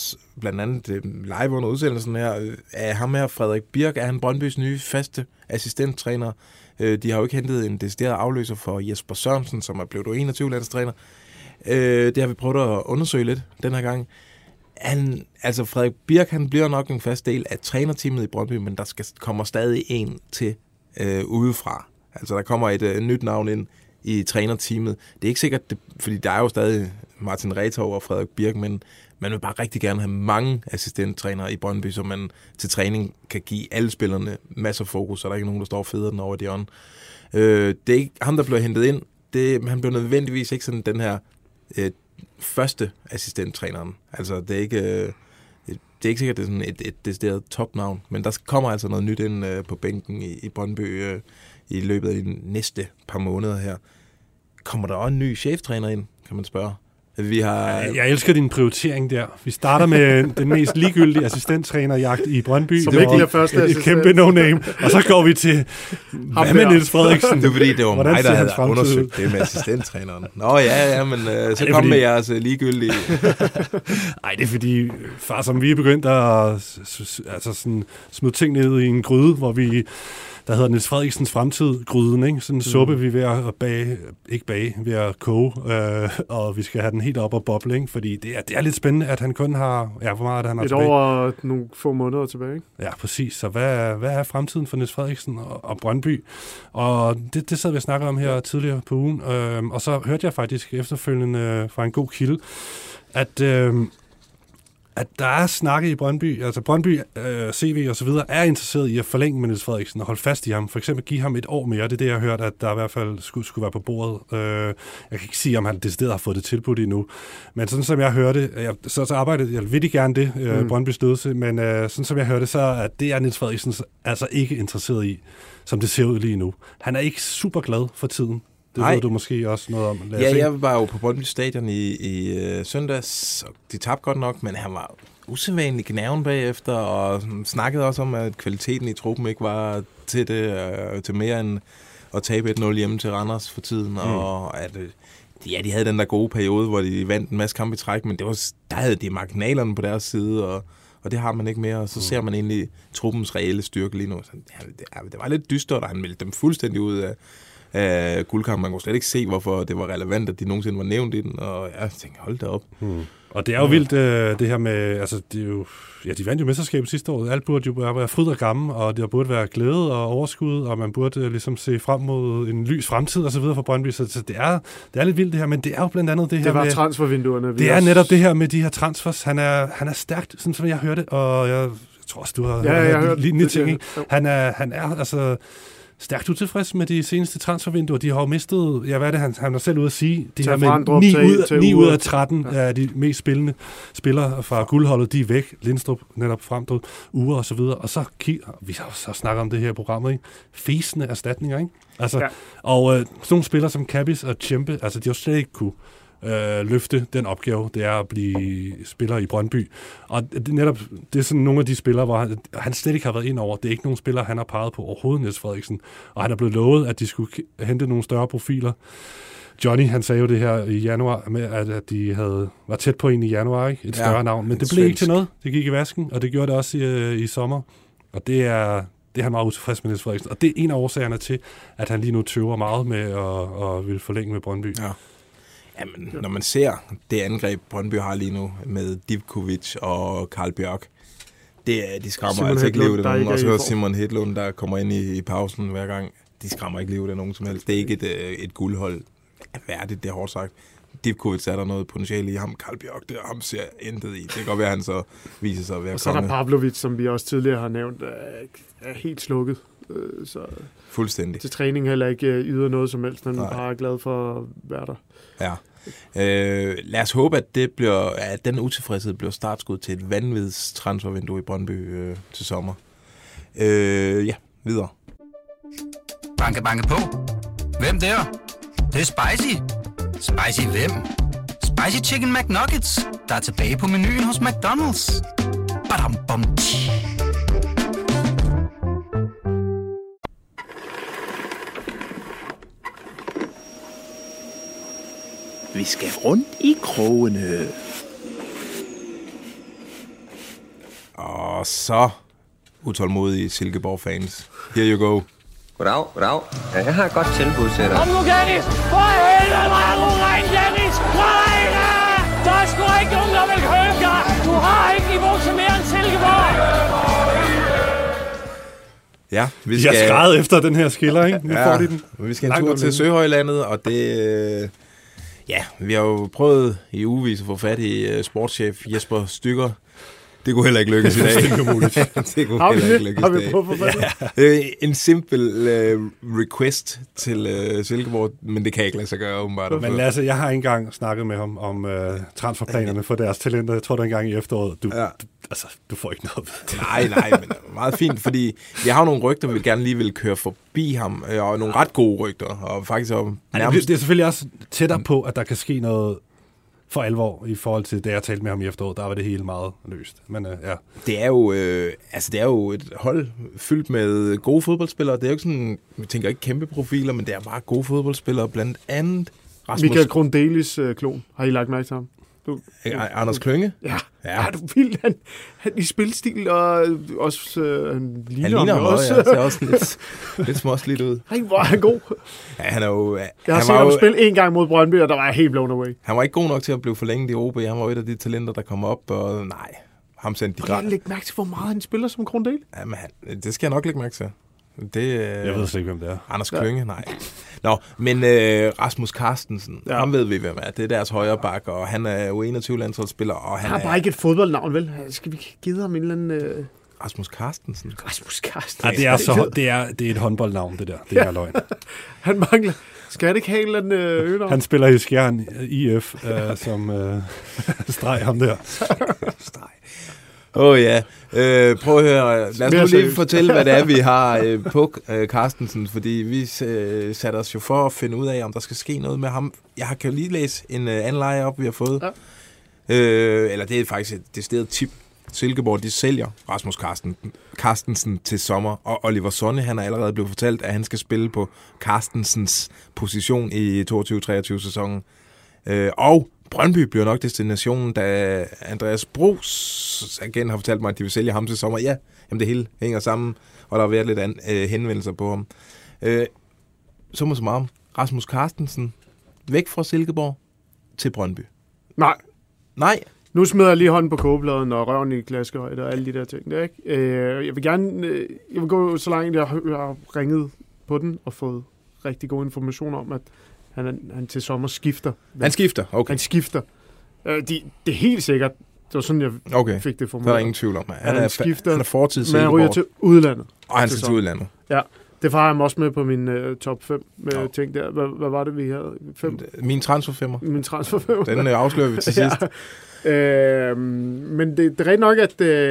også blandt andet live under udsendelsen her, af ham her, Frederik Birk, er han Brøndbys nye faste assistenttræner. De har jo ikke hentet en decideret afløser for Jesper Sørensen, som er blevet 21-landstræner. Det har vi prøvet at undersøge lidt den her gang. Frederik Birk, han bliver nok en fast del af trænerteamet i Brøndby, men der kommer stadig en til udefra. Altså, der kommer et nyt navn ind i trænerteamet. Det er ikke sikkert, fordi der er jo stadig Martin Retov og Frederik Birk, men man vil bare rigtig gerne have mange assistenttrænere i Brøndby, så man til træning kan give alle spillerne masser af fokus, så der er ikke nogen, der står og feder den over de ånd. Det er ikke ham, der bliver hentet ind. Han bliver nødvendigvis ikke sådan den her første assistenttræneren. Altså, det er ikke sikkert, det er sådan et decideret topnavn, men der kommer altså noget nyt ind på bænken i Brøndby i løbet af de næste par måneder her. Kommer der også en ny cheftræner ind, kan man spørge? Jeg elsker din prioritering der. Vi starter med den mest ligegyldige assistenttrænerjagt i Brøndby. Som ikke bliver første assistent. Et kæmpe no-name. Og så går vi til hvad med Niels Frederiksen? Det er fordi, det var mig, der havde undersøgt det med assistenttræneren. Nå ja, men så kom med jeres ligegyldige. Nej, det er fordi, far som vi er begyndt at smide ting ned i en gryde, hvor vi... Der hedder Niels Frederiksens fremtid, gryden, ikke? Sådan en suppe, vi er ved at ved at koge, og vi skal have den helt op og boble, ikke? Fordi det er lidt spændende, at han kun har, hvor meget han har tilbage. Et år nogle få måneder tilbage, ikke? Ja, præcis. Så hvad er fremtiden for Niels Frederiksen og Brøndby? Og det sad vi og snakkede om her tidligere på ugen, og så hørte jeg faktisk efterfølgende fra en god kilde, at der er snakket i Brøndby, altså Brøndby, CV og så videre, er interesseret i at forlænge med Niels Frederiksen og holde fast i ham. For eksempel give ham et år mere. Det er det, jeg har hørt, at der i hvert fald skulle være på bordet. Jeg kan ikke sige, om han decideret har fået det tilbudt endnu. Men sådan som jeg hørte, så arbejdede jeg vildt gerne det, Brøndbys ledelse, men sådan som jeg hørte, så er det er Niels Frederiksen altså ikke interesseret i, som det ser ud lige nu. Han er ikke super glad for tiden. Det ved du måske også noget om. Jeg var jo på Brøndby Stadion i søndags, og de tabte godt nok, men han var usædvanlig gnæven bagefter, og snakkede også om, at kvaliteten i truppen ikke var til mere end at tabe 1-0 hjemme til Randers for tiden, og at de havde den der gode periode, hvor de vandt en masse kampe i træk, men der havde de marginalerne på deres side, og det har man ikke mere, og så ser man egentlig truppens reelle styrke lige nu. Så, det var lidt dystert, og han meldte dem fuldstændig ud af guldkampen. Man kunne slet ikke se, hvorfor det var relevant, at de nogensinde var nævnt i den, og jeg tænkte, hold da op. Og det er jo vildt, det her med, altså, det er jo, de vandt jo mesterskabet sidste år. Alt burde jo være fryd og gammel, og der burde være glæde og overskud, og man burde ligesom se frem mod en lys fremtid og så videre for Brøndby. Så det er lidt vildt det her, men det er jo blandt andet det her. Det var med transfervinduerne. Det er netop det her med de her transfers. Han er stærkt, sådan som jeg hørte, og jeg tror også, du har lignende ting, ikke? Han er altså stærkt utilfreds med de seneste transfervinduer. De har jo mistet, hvad er det, han har selv ude at sige, de her med 9 ud af 13 af de mest spillende spillere fra guldholdet, de er væk. Lindstrup, netop Fremdrup, Ure og så videre. Og så vi har så snakket om det her programmet, ikke? Fæsende erstatninger, ikke? Altså, og sådan nogle spillere som Kabis og Tjempe, altså de har slet ikke kunne løfte den opgave, det er at blive spiller i Brøndby. Og det er sådan nogle af de spillere, hvor han slet ikke har været ind over. Det er ikke nogen spillere, han har peget på overhovedet, Niels Frederiksen. Og han er blevet lovet, at de skulle hente nogle større profiler. Johnny, han sagde jo det her i januar, med at de var tæt på en i januar, ikke? Et større navn. Men det blev ikke til noget. Det gik i vasken, og det gjorde det også i sommer. Og det er han meget utilfreds med Niels Frederiksen. Og det er en af årsagerne til, at han lige nu tøver meget med at ville forlænge med Brøndby. Ja. Jamen, når man ser det angreb, Brøndby har lige nu med Divkovic og Karl Bjørk, de skræmmer Simon altså ikke livet af nogen. Og så Simon Hedlund, der kommer ind i pausen hver gang. De skræmmer ikke livet af nogen som helst. Det er ikke et guldhold værdigt, det er hårdt sagt. Divkovic er der noget potentiale i ham. Karl Bjørk, ham ser intet i. Det kan godt være, at han så viser sig at være og så er der Pavlovic, som vi også tidligere har nævnt, er helt slukket. Så fuldstændig. Til træning heller ikke yder noget som helst, men bare er glad for at være der. Ja. Lad os håbe, at den utilfredshed bliver startskud til et vanvittigt transfervindue i Brøndby til sommer. Videre. Banke, banke på. Hvem der? Det er spicy. Spicy hvem? Spicy Chicken McNuggets, der er tilbage på menuen hos McDonald's. Badum, bom, tji. Vi skal rundt i krogene. Og så utålmodige Silkeborg-fans. Here you go. Goddag. Ja, jeg har et godt tilbud til dig. Kom nu, Dennis! For helvede, hvor er du ren, Dennis! Ren! Der er sgu ikke nogen, der vil købe dig! Du har ikke niveau til mere end Silkeborg! Ja, vi Jeg skræd efter den her skiller, ikke? Nu får de den. Vi skal en tur til Søhøjlandet, og det... vi har jo prøvet i ugevis at få fat i sportschef Jesper Stykker. Det kunne heller ikke lykkes i dag. Det er muligt. Det kunne heller ikke lykkes Har vi i dag. prøvet at få fat i? En simpel request til Silkeborg, men det kan ikke lade sig gøre, åbenbart. Men Lasse, jeg har engang snakket med ham om transferplanerne for deres talenter. Jeg tror, det var engang i efteråret. Du får ikke noget. Nej, men meget fint, fordi jeg har nogle rygter, vi gerne lige vil køre forbi ham, og nogle ret gode rygter, og faktisk nærmest... Det er selvfølgelig også tættere på, at der kan ske noget for alvor i forhold til det, jeg talte med ham i efteråret. Der var det hele meget løst. Men ja. Det er jo et hold fyldt med gode fodboldspillere. Det er jo ikke sådan, vi tænker ikke kæmpe profiler, men det er bare gode fodboldspillere, blandt andet Rasmus... Michael Grundelis klon. Har I lagt mærke til ham? Anders Klynge? Ja. Er du vild? Han i spilstil, og også han ligner ham også. Ja, ser også lidt småslidt ud. Hvor er han god. Ja, han er jo... Jeg har set ham spille en gang mod Brøndby, og der var jeg helt blown away. Han var ikke god nok til at blive forlænget i OB. Han var et af de talenter, der kom op, og nej, ham sendte de Kan jeg lægge mærke til, hvor meget han spiller som Grundel? Jamen, det skal jeg nok lægge mærke til. Jeg ved slet ikke, hvem det er. Anders Klynge, nej. Nå, men Rasmus Carstensen, ham ved vi, hvem er. Det er deres højre bak, og han er jo 21-landsholdsspiller. Og han har bare ikke et fodboldnavn, vel? Skal vi give ham en eller anden... Rasmus Carstensen? Nej, det er et håndboldnavn, det der. Det er løgn. Han mangler... Skal han ikke have en eller anden øgenavn? Han spiller i Skjern IF, som streg ham der. Streg. Ja. Prøv at høre. Lad os nu lige fortælle, hvad det er, vi har på Carstensen, fordi vi satte os jo for at finde ud af, om der skal ske noget med ham. Jeg kan jo lige læse en anden leje op, vi har fået. Ja. Eller det er faktisk et decideret tip. Silkeborg, de sælger Rasmus Carstensen til sommer, og Oliver Sonne, han er allerede blevet fortalt, at han skal spille på Carstensens position i 22-23 sæsonen. Og Brøndby bliver nok destinationen, da Andreas Brugs igen har fortalt mig, at de vil sælge ham til sommer. Ja, jamen det hele hænger sammen, og der har været lidt henvendelser på ham. Så meget Rasmus Carstensen væk fra Silkeborg til Brøndby. Nej. Nu smider jeg lige hånden på kogebladen og røven i klaskehøjde og alle de der ting. Der, ikke? Jeg vil gå så langt, jeg har ringet på den og fået rigtig god information om, at han til sommer skifter. Han skifter? Okay. Han skifter. Det er helt sikkert. Det var sådan, jeg fik det formuleret. Der er ingen tvivl om. Han er fortid Silkeborg. Men han ryger til udlandet. Og han skal til udlandet. Ja. Det får jeg også med på min top 5 med ting der. Hvad var det, vi havde? 5? Min transferfemmer. Min transferfemmer. Den afslører vi til sidst. Men det er rigtig nok,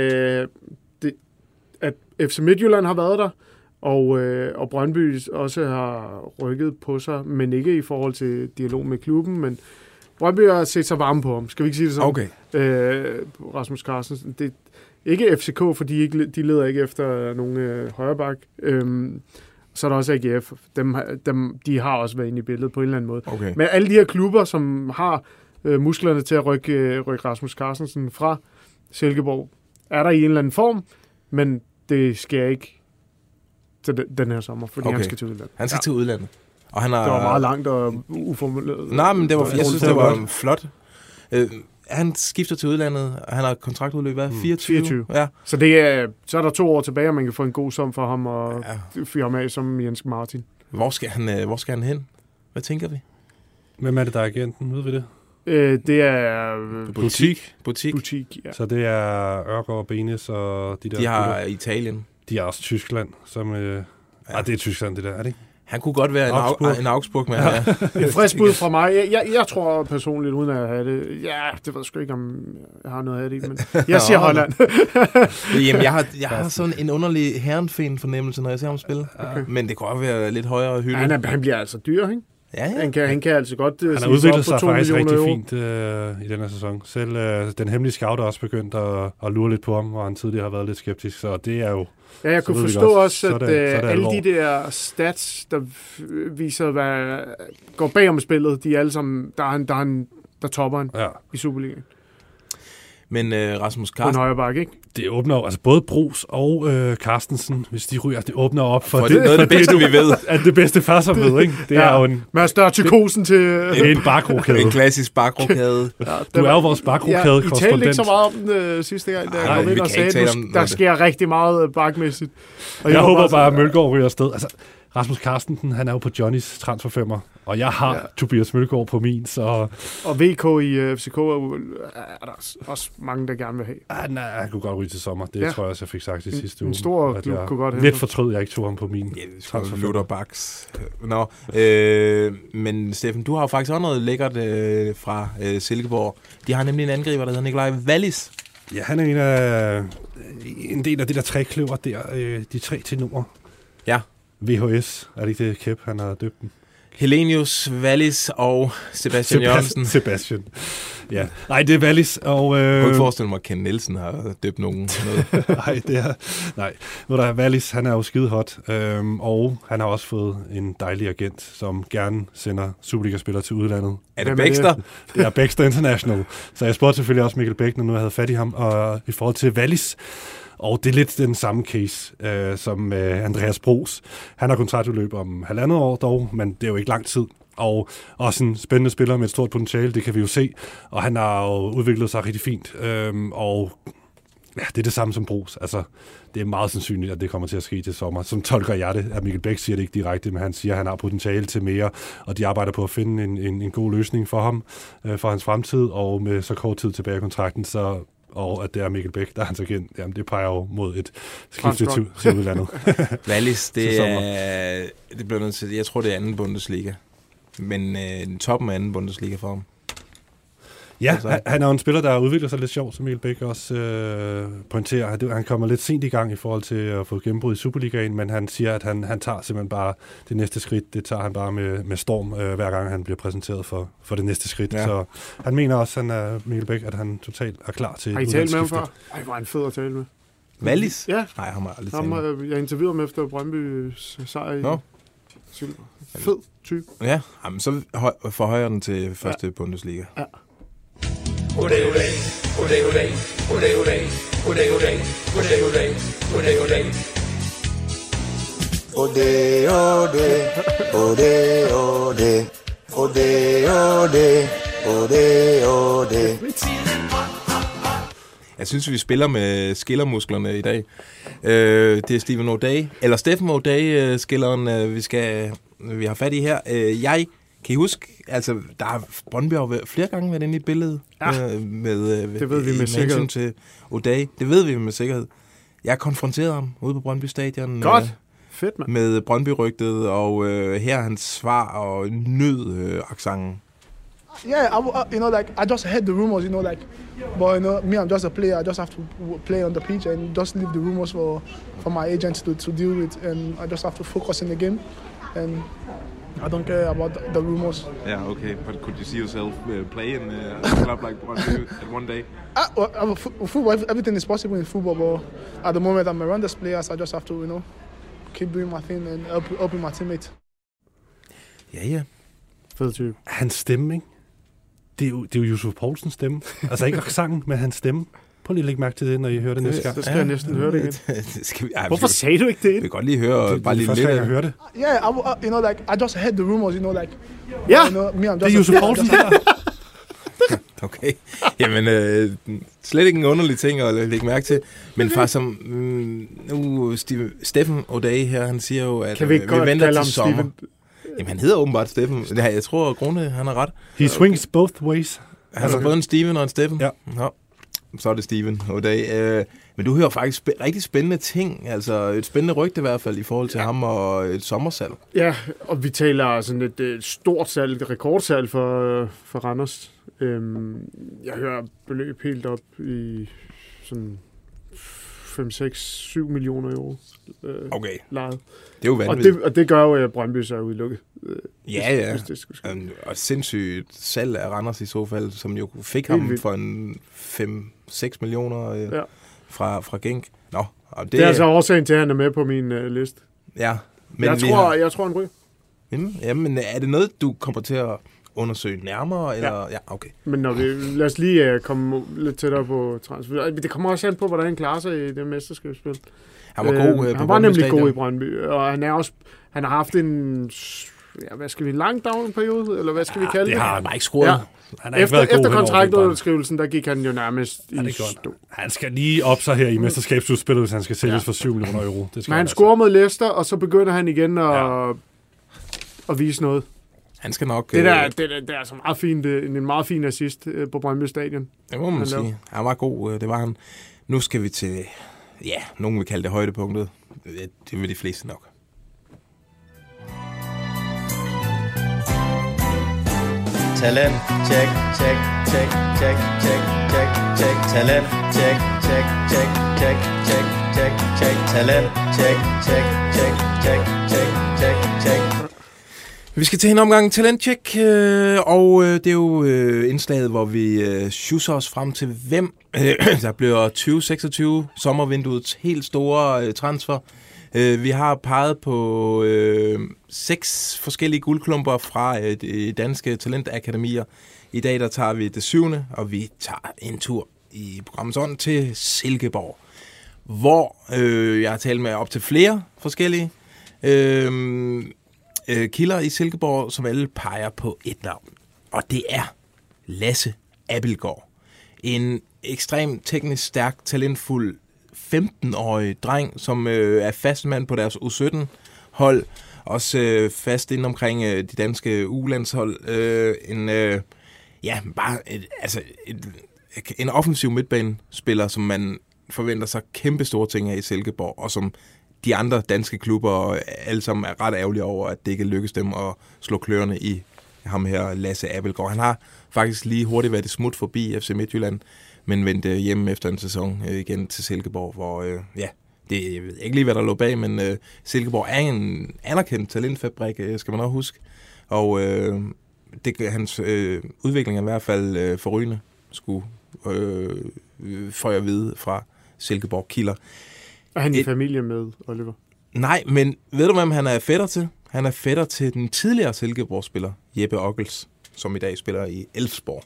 at FC Midtjylland har været der, og Brøndby også har rykket på sig, men ikke i forhold til dialog med klubben, men Brøndby har set sig varme på ham. Skal vi ikke sige det sådan? Okay. Rasmus Carstensen. Det er ikke FCK, fordi de leder ikke efter nogen højreback. Så er der også AGF. De har også været inde i billedet på en eller anden måde. Okay. Men alle de her klubber, som har musklerne til at rykke Rasmus Carstensen fra Silkeborg, er der i en eller anden form, men det sker ikke til den her sommer, fordi han skal til udlandet. Han skal til udlandet. Og han har... Det var meget langt og uformuleret. Nej, men jeg synes, det var flot. Han skifter til udlandet, og han har kontraktudløb, hvad? 24? Ja. Så så er der 2 år tilbage, og man kan få en god sum for ham og fyre ham af som Jens Martin. Hvor skal han hen? Hvad tænker vi? Hvem er det, der er agenten? Ved vi det? Det er... Butik, ja. Så det er Ørgaard, Benes og de der... De har Italien. De har også Tyskland, som... det er Tyskland, det der, er det ikke? Han kunne godt være en Augsburg, men ja. En frisk bud fra mig. Jeg tror personligt, uden at have det... Ja, det ved jeg sgu ikke, om jeg har noget af det, men jeg siger Holland. Jamen, jeg har sådan en underlig herrenfen-fornemmelse, når jeg ser ham spille. Okay. Men det kunne også være lidt højere hylde. Han bliver altså dyr, ikke? Ja. Han kan altså godt... Han har udviklet sig faktisk rigtig fint i denne sæson. Selv den hemmelige scout er også begyndt at lure lidt på ham, hvor han tidligere har været lidt skeptisk, så det er jo... Ja, jeg kunne forstå også, at alle de der stats, der viser, hvad går bag om spillet, de er alle sammen, der topper han i Superligaen. Men Rasmus På en Carsten... højre bakke, ikke? Det åbner altså både Brugs og Carstensen, hvis de ryger, det åbner op for det er noget af det bedste, vi ved. At det bedste først ved, ikke? Det er jo en... Mads Dør til kosen til... En bakrokæde. En klassisk bakrokæde. Du er jo vores bakrokæde-korrespondent. I talte ikke så meget om den sidste gang, da jeg kom ind og sagde, at der sker rigtig meget bakmæssigt. Og jeg håber bare, at Mølgaard ryger afsted. Altså, Rasmus Carstensen, han er jo på Johnnys transferfemmer, og jeg har Tobias Mølgaard på min, så... Og VK i FCK er der også mange, der gerne vil have. Nej, han kunne godt ryge til sommer. Det tror jeg også, jeg fik sagt i sidste uge. En stor klub kunne godt have. Lidt fortrød, jeg ikke tog ham på min transferfemmer. Lutter Baks. Men Steffen, du har jo faktisk også noget lækkert fra Silkeborg. De har nemlig en angriber, der hedder Nikolaj Wallis. Ja, han er en del af det der trækløver der, de 3 tenorer. Ja. VHS, er det ikke det kæp, han har døbt den? Helenius, Wallis og Sebastian Jørgensen. Sebastian. Ja. Nej, det er Wallis. Og, jeg kunne ikke forestille mig, at Ken Nielsen har døbt nogen. Nej, det er... Nej. Nu der er Wallis, han er jo skide hot. Og han har også fået en dejlig agent, som gerne sender Superliga-spillere til udlandet. Er det Baxter? Det er Baxter International. Så jeg spurgte selvfølgelig også Mikkel Bæk, når nu jeg havde fat i ham. Og i forhold til Wallis... Og det er lidt den samme case som Andreas Brugs. Han har kontraktudløb om 1,5 år dog, men det er jo ikke lang tid. Og også en spændende spiller med et stort potentiale, det kan vi jo se. Og han har jo udviklet sig rigtig fint. Og ja, det er det samme som Brugs. Altså, det er meget sandsynligt, at det kommer til at ske til sommer. Som tolker jeg det, at Mikkel Bæk siger det ikke direkte, men han siger, at han har potentiale til mere, og de arbejder på at finde en god løsning for ham, for hans fremtid, og med så kort tid tilbage i kontrakten, så... Og at det er Mikkel Bæk, der er hans agent. Jamen, det peger jo mod et skifte til udlandet. Wallis, det bliver nødt til, jeg tror, det er anden Bundesliga. Men toppen af anden Bundesliga for ham. Ja, han er jo en spiller, der udvikler sig lidt sjovt, som Mikkel Bæk også pointerer. Han kommer lidt sent i gang i forhold til at få gennembrud i Superligaen, men han siger, at han tager simpelthen bare det næste skridt. Det tager han bare med storm, hver gang han bliver præsenteret for det næste skridt. Ja. Så han mener også, Mikkel Bæk, at han totalt er klar til et udlandsskifte. Har I talt med ham før? Ej, hvor er han fed at tale med. Wallis? Ja. Nej, han har aldrig talt med. Jeg interviewede ham efter Brøndbys sejr i Silkeborg. Fed type. Ja, jamen, så forhøjer den til første Bundesliga. Ja. Jeg synes, vi spiller med skillermusklerne i dag. Det er Steffen O'Day, skilleren, vi har fat i her. Kan I huske, altså, der har Brøndby jo flere gange været inde i et billede det ved vi med sikkerhed. Til O'Day. Det ved vi med sikkerhed. Jeg konfronterede ham ude på Brøndby Stadion. Godt. Fedt, man. Med Brøndby-rygtet, og her er hans svar og nød accenten. Yeah, I just heard the rumors, but me, I'm just a player. I just have to play on the pitch and just leave the rumors for my agents to deal with, and I just have to focus in the game, and I don't care about the rumors. Yeah, okay, but could you see yourself play in a club like Brøndby at one day? Football, everything is possible in football, but at the moment I'm around the players, I just have to, keep doing my thing and helping my teammates. Ja. Fed type. Hans stemme, ikke? Det er jo Yusuf Poulsens stemme. Altså ikke sangen, men hans stemme. Prøv lige at lægge mærke til det, når I hører det næste gang. Så skal jeg næsten høre det igen. Hvorfor sagde du ikke det? Vi kan godt lige høre bare lige lidt. Jeg hører det. Yeah, I just heard the rumors, Ja! Det er Yusuf Poulsen der. Okay. Jamen, slet ikke en underlig ting at lægge mærke til. Men faktisk som nu Steffen O'Day her, han siger jo, at vi venter til sommer. Steven? Jamen, han hedder åbenbart Steffen. Jeg tror, at Grune, han har ret. He swings both ways. Han har både en Steven og en Steffen. Ja. Så er det Steven O'Day. Men du hører faktisk rigtig spændende ting. Altså et spændende rygte i hvert fald i forhold til ham og et sommersalg. Ja, og vi taler sådan et stort salg, et rekordsalg for Randers. Jeg hører beløb helt op i sådan 5, 6, 7 millioner euro okay. lejet. Det er jo vanvittigt. Og det gør jo, at Brøndby så er udelukket. Ja. Og sindssygt salg af Randers i så fald, som jo fik ham for en 5-6 millioner fra Genk. Nå, og det er altså årsagen til, at han er med på min liste. Ja. Men jeg tror, han ryger. Jamen, er det noget, du kommer til at undersøge nærmere? Eller? Ja, okay. Men lad os lige komme lidt tættere på transfer. Det kommer også an på, hvordan han klarer sig i det mesterskabsspil. Han var god Han var nemlig god i Brøndby, og han har haft en... Ja, hvad skal vi, lang down-periode, eller hvad skal vi kalde det? Det har han ikke skruet. Ja. Han har efter kontraktudskrivelsen, der gik han jo nærmest i stå. Han skal lige op sig her i mesterskabsudspillet, hvis han skal sælges for 7 millioner euro. Men han scorer mod Leicester, og så begynder han igen at vise noget. Han skal nok... Det er altså meget fint, en meget fin assist på Brøndby Stadion. Det må man sige. Han var god, det var han. Nu skal vi til, nogen vil kalde det højdepunktet. Det vil de fleste nok. Talent, check, check, check, check, check, check, check. Talent, check, check, check, check, check, check, check. Talent, check, check, check, check, check, check, check. Vi skal til en omgang talentcheck, og det er jo indslaget, hvor vi schusser os frem til, hvem der bliver 2026 sommervinduets helt store transfer. Vi har peget på 6 forskellige guldklumper fra de danske talentakademier. I dag der tager vi det 7. og vi tager en tur i programmets ånd til Silkeborg, hvor jeg har talt med op til flere forskellige kilder i Silkeborg, som alle peger på et navn. Og det er Lasse Abildgaard. En ekstremt teknisk stærk, talentfuld 15-årig dreng, som er fastmand på deres U17-hold. Også fast inden omkring de danske U-landshold. En offensiv midtbanespiller, som man forventer sig kæmpe store ting af i Silkeborg, og som de andre danske klubber alle sammen er ret ærgerlige over, at det ikke lykkes dem at slå kløerne i ham her, Lasse Abildgaard. Han har faktisk lige hurtigt været et smut forbi FC Midtjylland, men vendte hjem efter en sæson igen til Silkeborg, hvor jeg ved ikke lige, hvad der lå bag, men Silkeborg er en anerkendt talentfabrik, skal man også huske. Og hans udvikling er i hvert fald forrygende, skulle få jeg vide fra Silkeborg kilder. Er han i familie med Oliver? Nej, men ved du, hvem han er fætter til? Han er fætter til den tidligere Silkeborg-spiller, Jeppe Ockels, som i dag spiller i Elfsborg.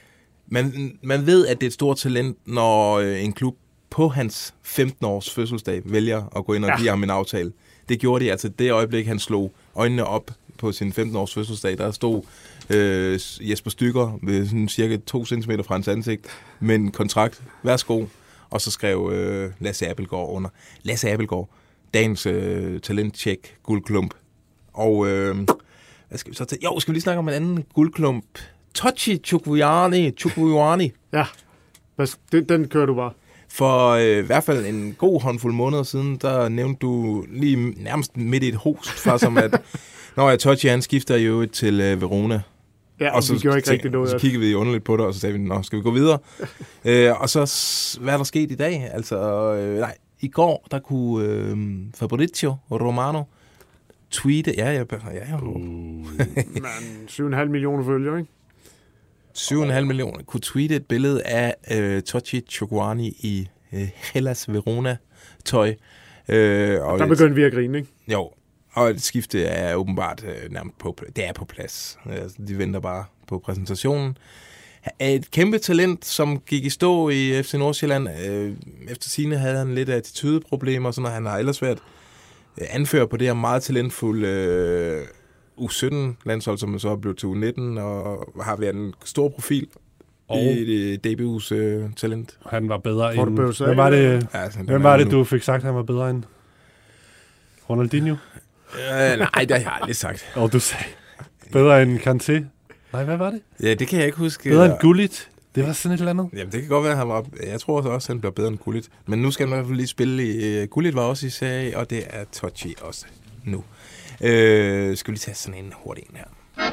Man ved, at det er et stort talent, når en klub på hans 15-års fødselsdag vælger at gå ind og give ham en aftale. Det gjorde de altså det øjeblik, han slog øjnene op på sin 15-års fødselsdag. Der stod Jesper Stykker ved sådan cirka 2 cm fra hans ansigt med en kontrakt. Værsgo. Og så skrev Lasse Abildgaard under. Lasse Abildgaard, dagens talentcheck, guldklump. Og hvad skal vi så til? Jo, skal vi lige snakke om en anden guldklump. Tochi Chukwuani. Ja, den kører du bare. For i hvert fald en god håndfuld måneder siden, der nævnte du lige nærmest midt i et host, for som at når Tochi han skifter jo til Verona. Ja, og så gjorde ikke rigtig noget. Så kiggede vi underligt på det, og så sagde vi, nå, skal vi gå videre? Og så, hvad er der sket i dag? Altså, i går, der kunne Fabrizio Romano tweete, Men 7,5 millioner følgere, ikke? 7,5 millioner kunne tweete et billede af Tochi Chukwuani i Hellas Verona-tøj. Og der begyndte vi at grine, ikke? Jo, og et skifte er åbenbart nærmest på plads. Altså, de venter bare på præsentationen. Et kæmpe talent, som gik i stå i FC Nordsjælland. Efter sigende havde han lidt attitudeproblemer, så når han har ellers været anfører på det her meget talentfulde U17-landshold, som så er blevet til U19, og har været en stor profil i DBU's talent. Han var bedre end... Hvem var det, du fik sagt, han var bedre end? Ronaldinho? Nej, det har jeg aldrig sagt. Og du sagde bedre end Kanté? Nej, hvad var det? Ja, det kan jeg ikke huske. Bedre end Gullit? Det var sådan et eller andet. Jamen, det kan godt være, han var... Jeg tror også, han bliver bedre end Gullit. Men nu skal han i hvert fald lige spille i... Gullit var også i serie, og det er Tochi også nu. Skal vi lige tage sådan en hurtig en her.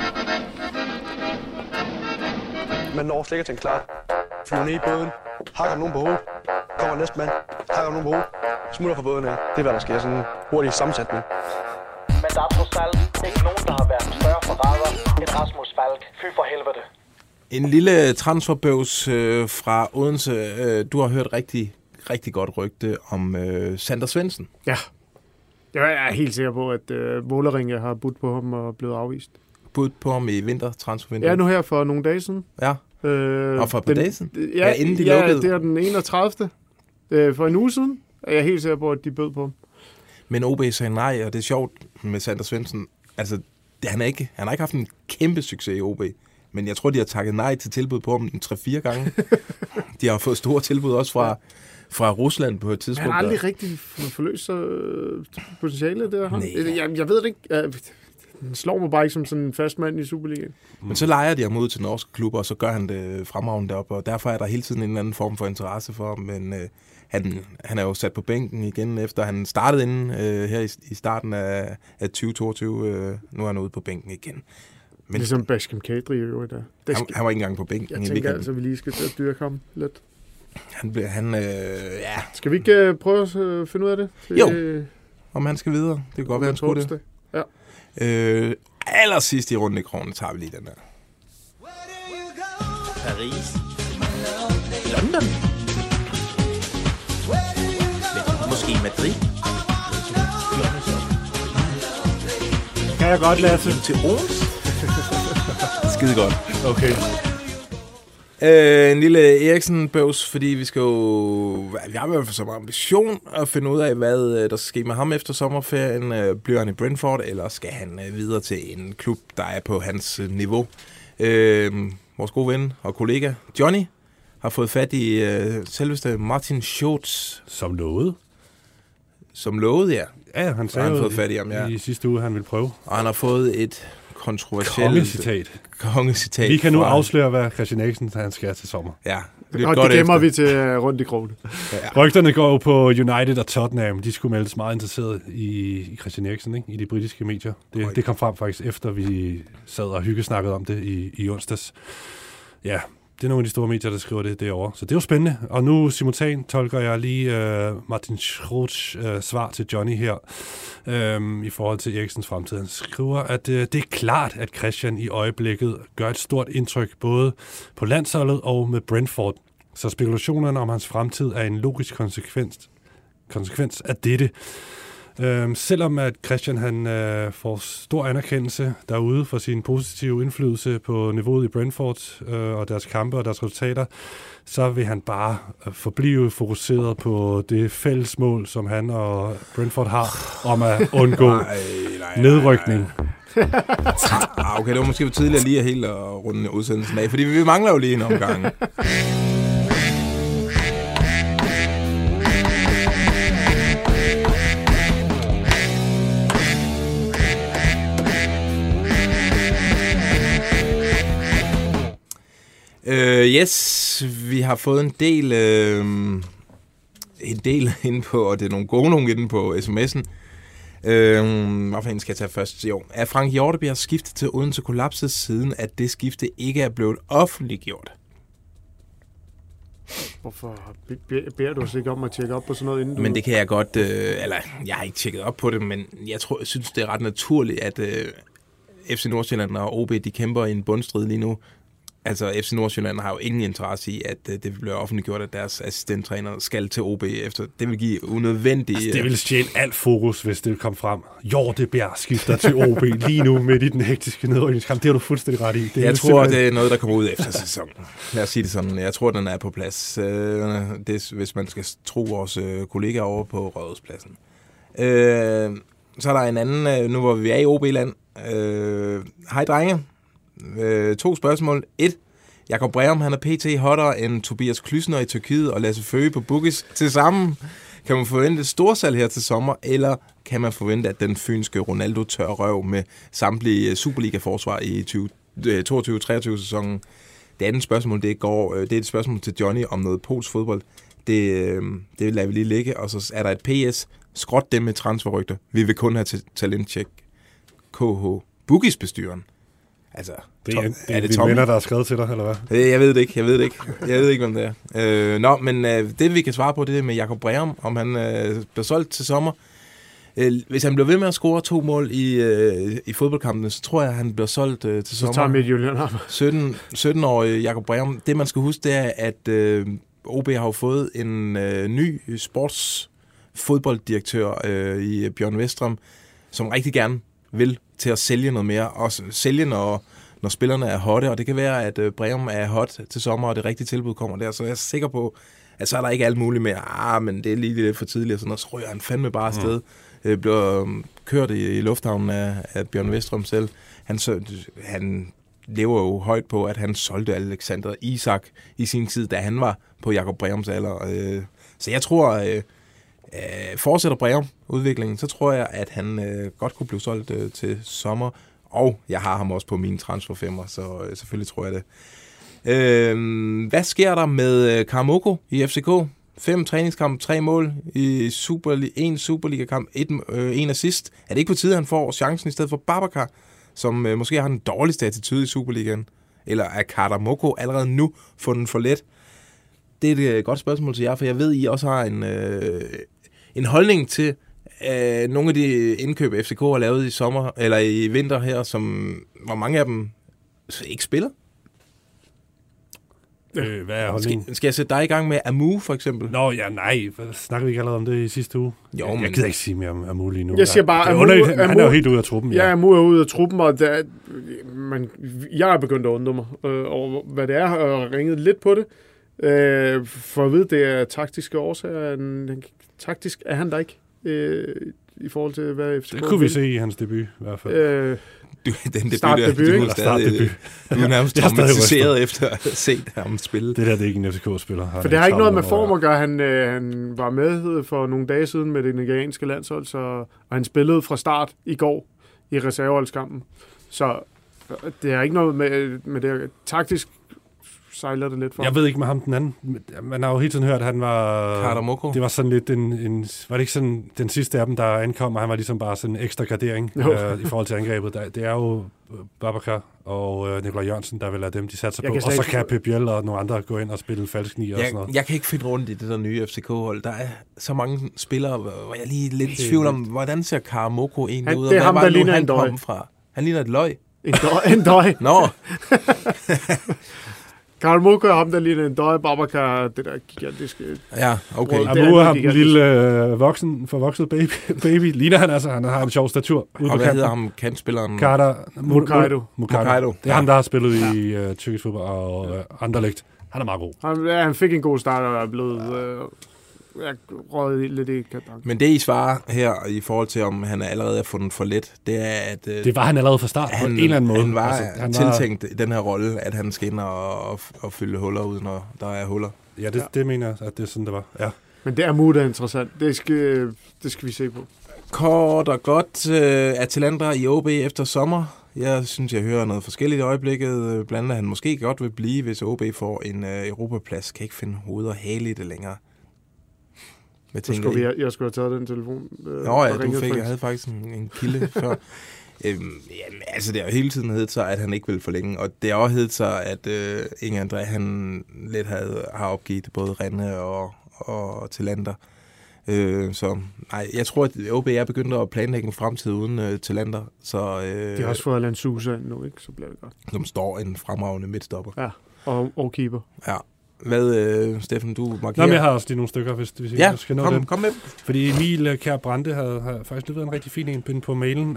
Man når slet ikke til en klar. Flyver ned i båden. Hakker nogen på hovedet. Kommer næste mand. Hakker nogen på hovedet. Smutter fra båden af. Det er, hvad der sker. Sådan en hurtig sammensætning. Men der er trods alt ikke nogen, der har været større forræder end Rasmus Falk. Fy for helvede. En lille transferbøvs fra Odense. Du har hørt rigtig, rigtig godt rygte om Sander Svendsen. Ja. Jeg er helt sikker på, at Vålerenga har budt på ham og blevet afvist. budt på ham i vintertransfervinduet? Ja, nu her for nogle dage siden. Ja, og for et par dage siden? Ja, inden de lukkede? lukkede? Ja, det er den 31. For en uge siden. Jeg er helt sikker på, at de bød på ham. Men OB sagde nej, og det er sjovt med Sander Svendsen. Altså, han har ikke haft en kæmpe succes i OB. Men jeg tror, de har takket nej til tilbud på ham 3-4 gange. De har fået store tilbud også fra Rusland på et tidspunkt. Han har aldrig rigtig forløst sig potentiale der. Jeg ved det ikke. Han slår mig bare ikke som sådan en fast mand i Superligaen. Men så leger de ham ud til norske klubber, og så gør han det fremragende deroppe, og derfor er der hele tiden en eller anden form for interesse for ham. Men han er jo sat på bænken igen, efter han startede inden her i starten af 2022. Nu er han ude på bænken igen. Men ligesom Baskem Kadri i øvrigt. Han var ikke engang på bænken. Jeg tænker altså, vi lige skal til at dyrke ham lidt. Ja. Skal vi ikke prøve at finde ud af det? Jo, om han skal videre. Det kan godt være, han skulle det. Ja. Allersidst i runden i kronen tager vi lige den her. Paris. London. Måske Madrid. Kan jeg godt lade sig til Odense? Skide godt. Okay. En lille Eriksen-bøvs, fordi vi har i hvert fald som ambition at finde ud af, hvad der skal ske med ham efter sommerferien. Bliver han i Brentford, eller skal han videre til en klub, der er på hans niveau? Vores gode ven og kollega Johnny har fået fat i selveste Martin Schultz. Som lovet. Som lovet, ja. Ja, han sagde fået fat i ham, ja. I sidste uge, han ville prøve. Og han har fået et kontroversielt kongecitat. Vi kan nu afsløre, hvad Christian Eriksen han skal til sommer. Ja, det gemmer vi til rundt i krogen. Ja. Rygterne går jo på United og Tottenham. De skulle meldes meget interesseret i Christian Eriksen, ikke? I de britiske medier. Det kom frem faktisk efter, vi sad og hyggesnakkede om det i onsdags. Ja, det er nogle af de store medier, der skriver det derovre. Så det er jo spændende. Og nu simultan tolker jeg lige Martin Schroths svar til Johnny her i forhold til Eriksens fremtid. Han skriver, at det er klart, at Christian i øjeblikket gør et stort indtryk både på landsholdet og med Brentford. Så spekulationerne om hans fremtid er en logisk konsekvens af dette. Selvom at Christian han får stor anerkendelse derude for sin positive indflydelse på niveauet i Brentford og deres kampe og deres resultater, så vil han bare forblive fokuseret på det fælles mål, som han og Brentford har om at undgå nedrykning. Okay, det var måske for tidligt lige helt at runde udsendelsen af, fordi vi mangler jo lige en omgang. Yes, vi har fået en del inde på, og det er nogle gode inde på sms'en. Hvorfor en skal jeg tage først? Jo, er Frank Hjortebjerg skiftet til Odense kollapset, siden at det skifte ikke er blevet offentliggjort? Hvorfor beder du os ikke om at tjekke op på sådan noget inden du... Men det kan jeg godt, eller jeg har ikke tjekket op på det, men jeg synes, det er ret naturligt, at FC Nordsjælland og OB, de kæmper i en bundstrid lige nu. Altså, FC Nordsjælland har jo ingen interesse i, at det bliver offentliggjort, at deres assistenttræner skal til OB efter. Det vil give unødvendigt... Altså, det vil stjæle alt fokus, hvis det kom frem. Hjortebjerg skifter til OB lige nu midt i den hektiske nedrykningskamp. Det har du fuldstændig ret i. Jeg tror, det er noget, der kommer ud efter sæsonen. Lad os sige det sådan. Jeg tror, den er på plads. Det, hvis man skal tro vores kollegaer over på Rådhuspladsen. Så er der en anden, nu hvor vi er i OB-land. Hej, drenge. 2 spørgsmål. 1. Jakob Breum, han er pt. Hottere end Tobias Klysner i Tyrkiet og Lasse Føge på Bookies til sammen. Kan man forvente et storsalg her til sommer, eller kan man forvente, at den fynske Ronaldo tør røv med samtlige Superliga-forsvar i 22-23 sæsonen? Det andet spørgsmål, det er et spørgsmål til Johnny om noget polsk fodbold. Det lader vi lige ligge, og så er der et PS. Skråt dem med transferrygter. Vi vil kun have talenttjek. KH. Bookies-bestyreren. Altså, det er det dine venner, der har skrevet til dig, eller hvad? Jeg ved det ikke. Jeg ved ikke, hvem det er. Men det vi kan svare på, det er med Jakob Breum, om han bliver solgt til sommer. Hvis han bliver ved med at score 2 mål i fodboldkampene, så tror jeg, han bliver solgt til sommer. Så tager Midtjylland ham. 17-årig Jakob Breum. Det man skal huske, det er, at OB har jo fået en ny sportsfodbolddirektør i Bjørn Westrom, som rigtig gerne vil til at sælge noget mere. Også sælge, når spillerne er hotte, og det kan være, at Breum er hot til sommer, og det rigtige tilbud kommer der. Så jeg er sikker på, at så er der ikke alt muligt med, men det er lige lidt for tidligt, og sådan noget. Så ryger han fandme bare afsted. Bliver kørt i lufthavnen af Bjørn Westrøm selv. Han lever jo højt på, at han solgte Alexander Isak i sin tid, da han var på Jakob Breums alder. Så jeg tror, fortsætter Breum udviklingen, så tror jeg, at han godt kunne blive solgt til sommer. Og jeg har ham også på mine transferfemmer, så selvfølgelig tror jeg det. Hvad sker der med Karamoko i FCK? 5 træningskampe, 3 mål i en Superliga-kamp, 1 assist. Er det ikke på tide, at han får chancen i stedet for Babacar, som måske har den dårligste attitude i Superligaen? Eller er Karamoko allerede nu fundet for let? Det er et godt spørgsmål til jer, for jeg ved, I også har en holdning til nogle af de indkøb, FCK har lavet i sommer eller i vinter her, hvor mange af dem ikke spiller. Hvad er holdningen? Skal jeg sætte dig i gang med Amu, for eksempel? Nå, ja, nej. Snakker vi ikke allerede om det i sidste uge? Jo, jeg gider ikke sige mere om Amu lige nu. Jeg siger bare, han er jo helt ude af truppen. Ja, Amu er ude af truppen, og jeg er begyndt at undre mig over, hvad det er, og ringet lidt på det. For at vide, det er taktiske årsager. Taktisk er han der ikke, i forhold til, hvad FCK det kunne vi se i hans debut, i hvert fald. Startdebut, ikke? Du er nærmest traumatiseret efter at have set ham spille. Det der, det er ikke en FCK-spiller. For det har ikke noget med form at gøre. Han var med for nogle dage siden med det nigerianske landshold, og han spillede fra start i går i reserveholdskampen. Så det har ikke noget med det. Taktisk sejler det lidt for. Jeg ved ikke med ham den anden. Man har jo hele tiden hørt, at han var... Karamoko. Det var sådan lidt var det ikke sådan den sidste af dem, der ankom, og han var ligesom bare sådan en ekstra gardering i forhold til angrebet. Det er jo Babacar og Nikolaj Jørgensen, der vil have dem, de satser på. Og så kan Pep Biel og nogle andre gå ind og spille falsk ni og sådan noget. Jeg kan ikke finde rundt i det der nye FCK-hold. Der er så mange spillere, hvor jeg lige lidt i tvivl om, hvordan ser Karamoko egentlig ud? Det er ham, der ligner en døj. Han ligner et løg. En døj. Nå. Karamoko er ham, der ligner en døje. Babacar, det der gigantiske... Ja, okay. Amu er ham den lille forvokset baby. Ligner han altså. Han har en sjov statur. Og hvad hedder ham kantspilleren? Mukaido. Det er ham, der har spillet i tyrkisk fodbold og Anderlecht. Han er meget god. Han fik en god start og er blevet... Jeg røget lidt i kadang. Men det, I svarer her i forhold til, om han allerede er fundet for let, det er, at... det var han allerede fra start på en eller anden måde. Han var tiltænkt i den her rolle, at han skal ind og fylde huller ud, når der er huller. Ja, det mener jeg, at det er sådan, det var. Ja. Men det er muligt interessant. Det skal vi se på. Kort og godt Atalanta i OB efter sommer. Jeg synes, jeg hører noget forskelligt i øjeblikket. Blandt andet, han måske godt vil blive, hvis OB får en Europaplads. Kan ikke finde hoved og hale i det længere. Jeg skulle have taget den telefon. Nå ja, du fik. Jeg havde faktisk en kilde før. Altså, det har jo hele tiden heddet sig, at han ikke vil forlænge. Og det har også heddet sig, at Inge André, han lidt har opgivet både Rennes og Talander. Så nej, jeg tror, at OB er begyndt at planlægge en fremtid uden Talander. Så, de har også fået Allan Sousa nu, ikke? Så bliver det godt. Som står en fremragende midtstopper. Ja, og keeper. Ja. Hvad, Steffen, du markerer? Nå, men jeg har også lige nogle stykker, hvis ja, skal nå dem. Kom med. Fordi Emil Kjær Brande havde faktisk leveret en rigtig fin en på mailen.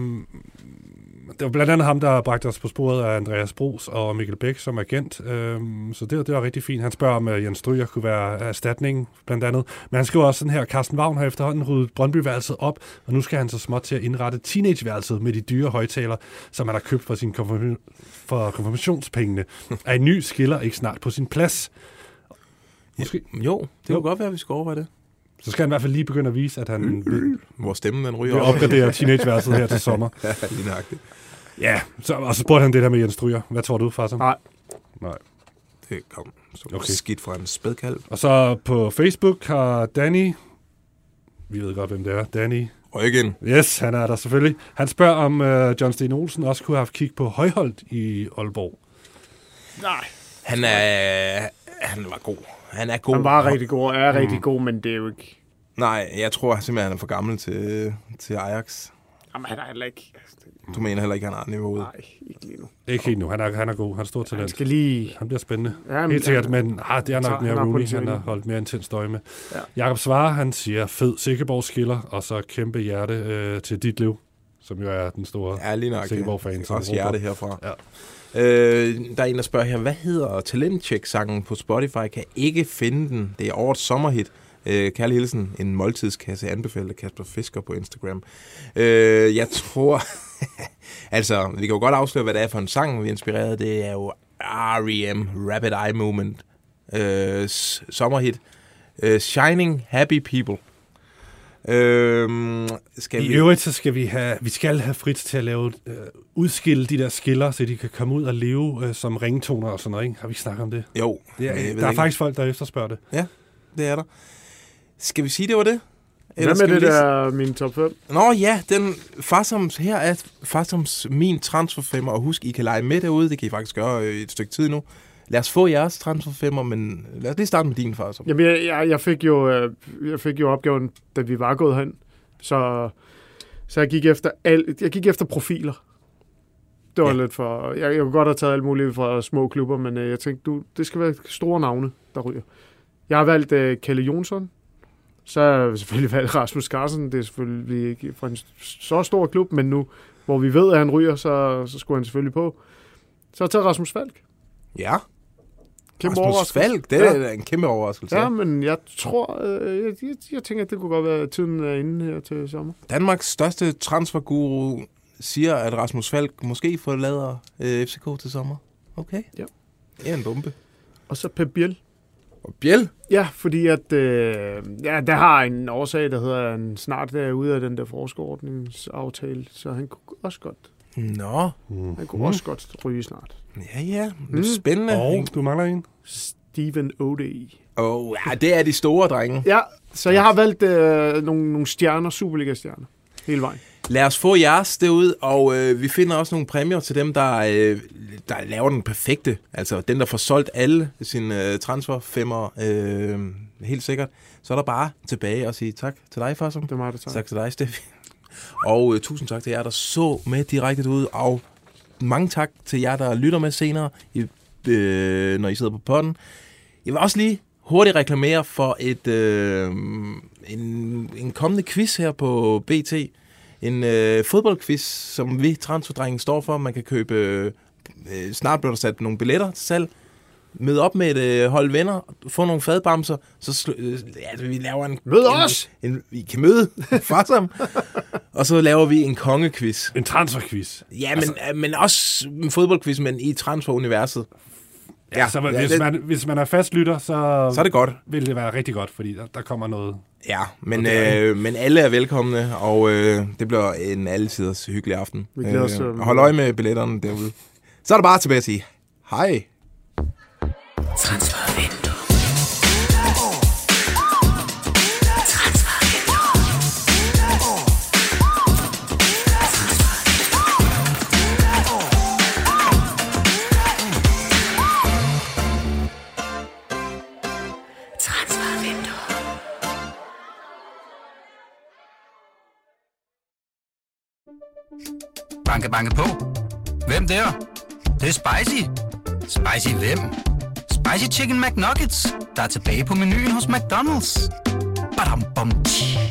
Det var blandt andet ham, der bragte os på sporet af Andreas Bros og Mikkel Bæk som agent. Så det var rigtig fint. Han spørger, om Jens Stryger kunne være erstatning, blandt andet. Men han skriver også sådan her, Carsten Vagn har efterhånden ryddet Brøndby-værelset op, og nu skal han så småt til at indrette teenageværelset med de dyre højtaler, som han har købt for for konfirmationspengene. Er en ny skiller ikke snart på sin plads? Måske. Jo, det kunne godt være, at vi skal overveje det. Så skal han i hvert fald lige begynde at vise, at han hvor stemmen den ryger vil opgradere teenageværelset her til sommer. Ja, lige nøjagtigt. Ja, og så spurgte han det der med Jens Stryger. Hvad tror du, Farsom? Nej. Det kom skidt fra en spædkalv. Og så på Facebook har Danny, vi ved godt, hvem det er, Danny Røgen. Yes, han er der selvfølgelig. Han spørger, om John Sten Olsen også kunne have haft kig på Højholdt i Aalborg. Nej. Han var god. Han er god. Han var rigtig god og er rigtig god, men det er jo ikke... Nej, jeg tror simpelthen, han er for gammel til Ajax. Jamen, han er heller ikke... Du mener heller ikke, han har niveauet? Nej, ikke lige nu. Ikke helt nu. Han er god. Han er stor talent. Han skal lige... Han bliver spændende. Ja, helt sikkert, men det er nok mere Rooney. Han har holdt mere intens døje med. Ja. Jakob Svare, han siger, fed Sikkeborg skiller, og så kæmpe hjerte til dit liv. som jo er den store Silkeborg-fan. Også hjerte herfra. Ja. Der er en, der spørger her, hvad hedder Talentcheck-sangen på Spotify? Kan ikke finde den. Det er årets sommerhit. Kærlig hilsen, en måltidskasse anbefalet af Kasper Fisker på Instagram. Jeg tror... altså, vi kan jo godt afsløre, hvad det er for en sang, vi er inspireret. Det er jo R.E.M. Rapid Eye Movement. Sommerhit. Shining Happy People. I øvrigt så skal vi have Fritz til at lave udskille de der skiller, så de kan komme ud og leve som ringtoner og sådan noget, ikke? Har vi snakket om det? Jo. Der er faktisk folk, der efterspørger det. Ja, det er der. Skal vi sige, det var det? Hvad med det der min top 5? Nå ja, her er Farsoms min transferfemmer, og husk, I kan lege med derude, det kan I faktisk gøre et stykke tid nu. Lad os få jeres transferfemmer, men lad os lige starte med din, Farsom. Jamen, jeg fik jo opgaven, da vi var gået hen, så jeg gik efter profiler. Det var lidt for... Jeg kunne godt have taget alt muligt fra små klubber, men jeg tænkte, det skal være store navne, der ryger. Jeg har valgt Kelle Jonsson. Så har jeg selvfølgelig valgt Rasmus Carlsen. Det er selvfølgelig ikke fra en så stor klub, men nu, hvor vi ved, at han ryger, så skulle han selvfølgelig på. Så har jeg taget Rasmus Falk. Ja. Kæmpe Rasmus Falk, det er en kæmpe overraskelse. Ja, men jeg tror... jeg tænker, at det kunne godt være, at tiden er inde her til sommer. Danmarks største transferguru siger, at Rasmus Falk måske forlader FCK til sommer. Okay. Ja. Det er en bombe. Og så Pep Biel. Og Biel? Ja, fordi at der har en årsag, der hedder, at han snart er ude af den der forskerordningsaftale, så han kunne også godt... Nå. Han kunne også godt ryge snart. Ja. Spændende. Og du mangler en. Steven O'Day. Ja, det er de store drenge. Ja, så jeg har valgt nogle stjerner, Superliga-stjerner, hele vejen. Lad os få jeres derud, og vi finder også nogle præmier til dem, der laver den perfekte. Altså den, der får solgt alle sine transferfemmer, helt sikkert. Så er der bare tilbage og sige tak til dig, Farsom. Det er mig, der tager. Tak til dig, Steffi. Og tusind tak til jer, der så med direkte ud, og mange tak til jer, der lytter med senere, når I sidder på podden. Jeg vil også lige hurtigt reklamere for en kommende quiz her på BT. En fodboldquiz, som vi transferdrengen står for. Man kan købe, snart bliver der sat nogle billetter til salg. Møde op med et hold venner, få nogle fadbamser, så vi laver en... Mød os! Vi kan møde Farsom, og så laver vi en kongequiz. En transferquiz. Ja, men også en fodboldquiz, men i transferuniverset. Ja, så hvis man er fastlytter, så er det godt. Vil det være rigtig godt, fordi der kommer noget... Ja, men alle er velkomne, og det bliver en alletiders hyggelig aften. Hold øje med billetterne derude. Så er der bare tilbage at sige hej. Transfervindue. Banke, banke på. Hvem der? Det er spicy. Spicy hvem? Spicy Chicken McNuggets, der er tilbage på menuen hos McDonald's. Badum, bom, tji.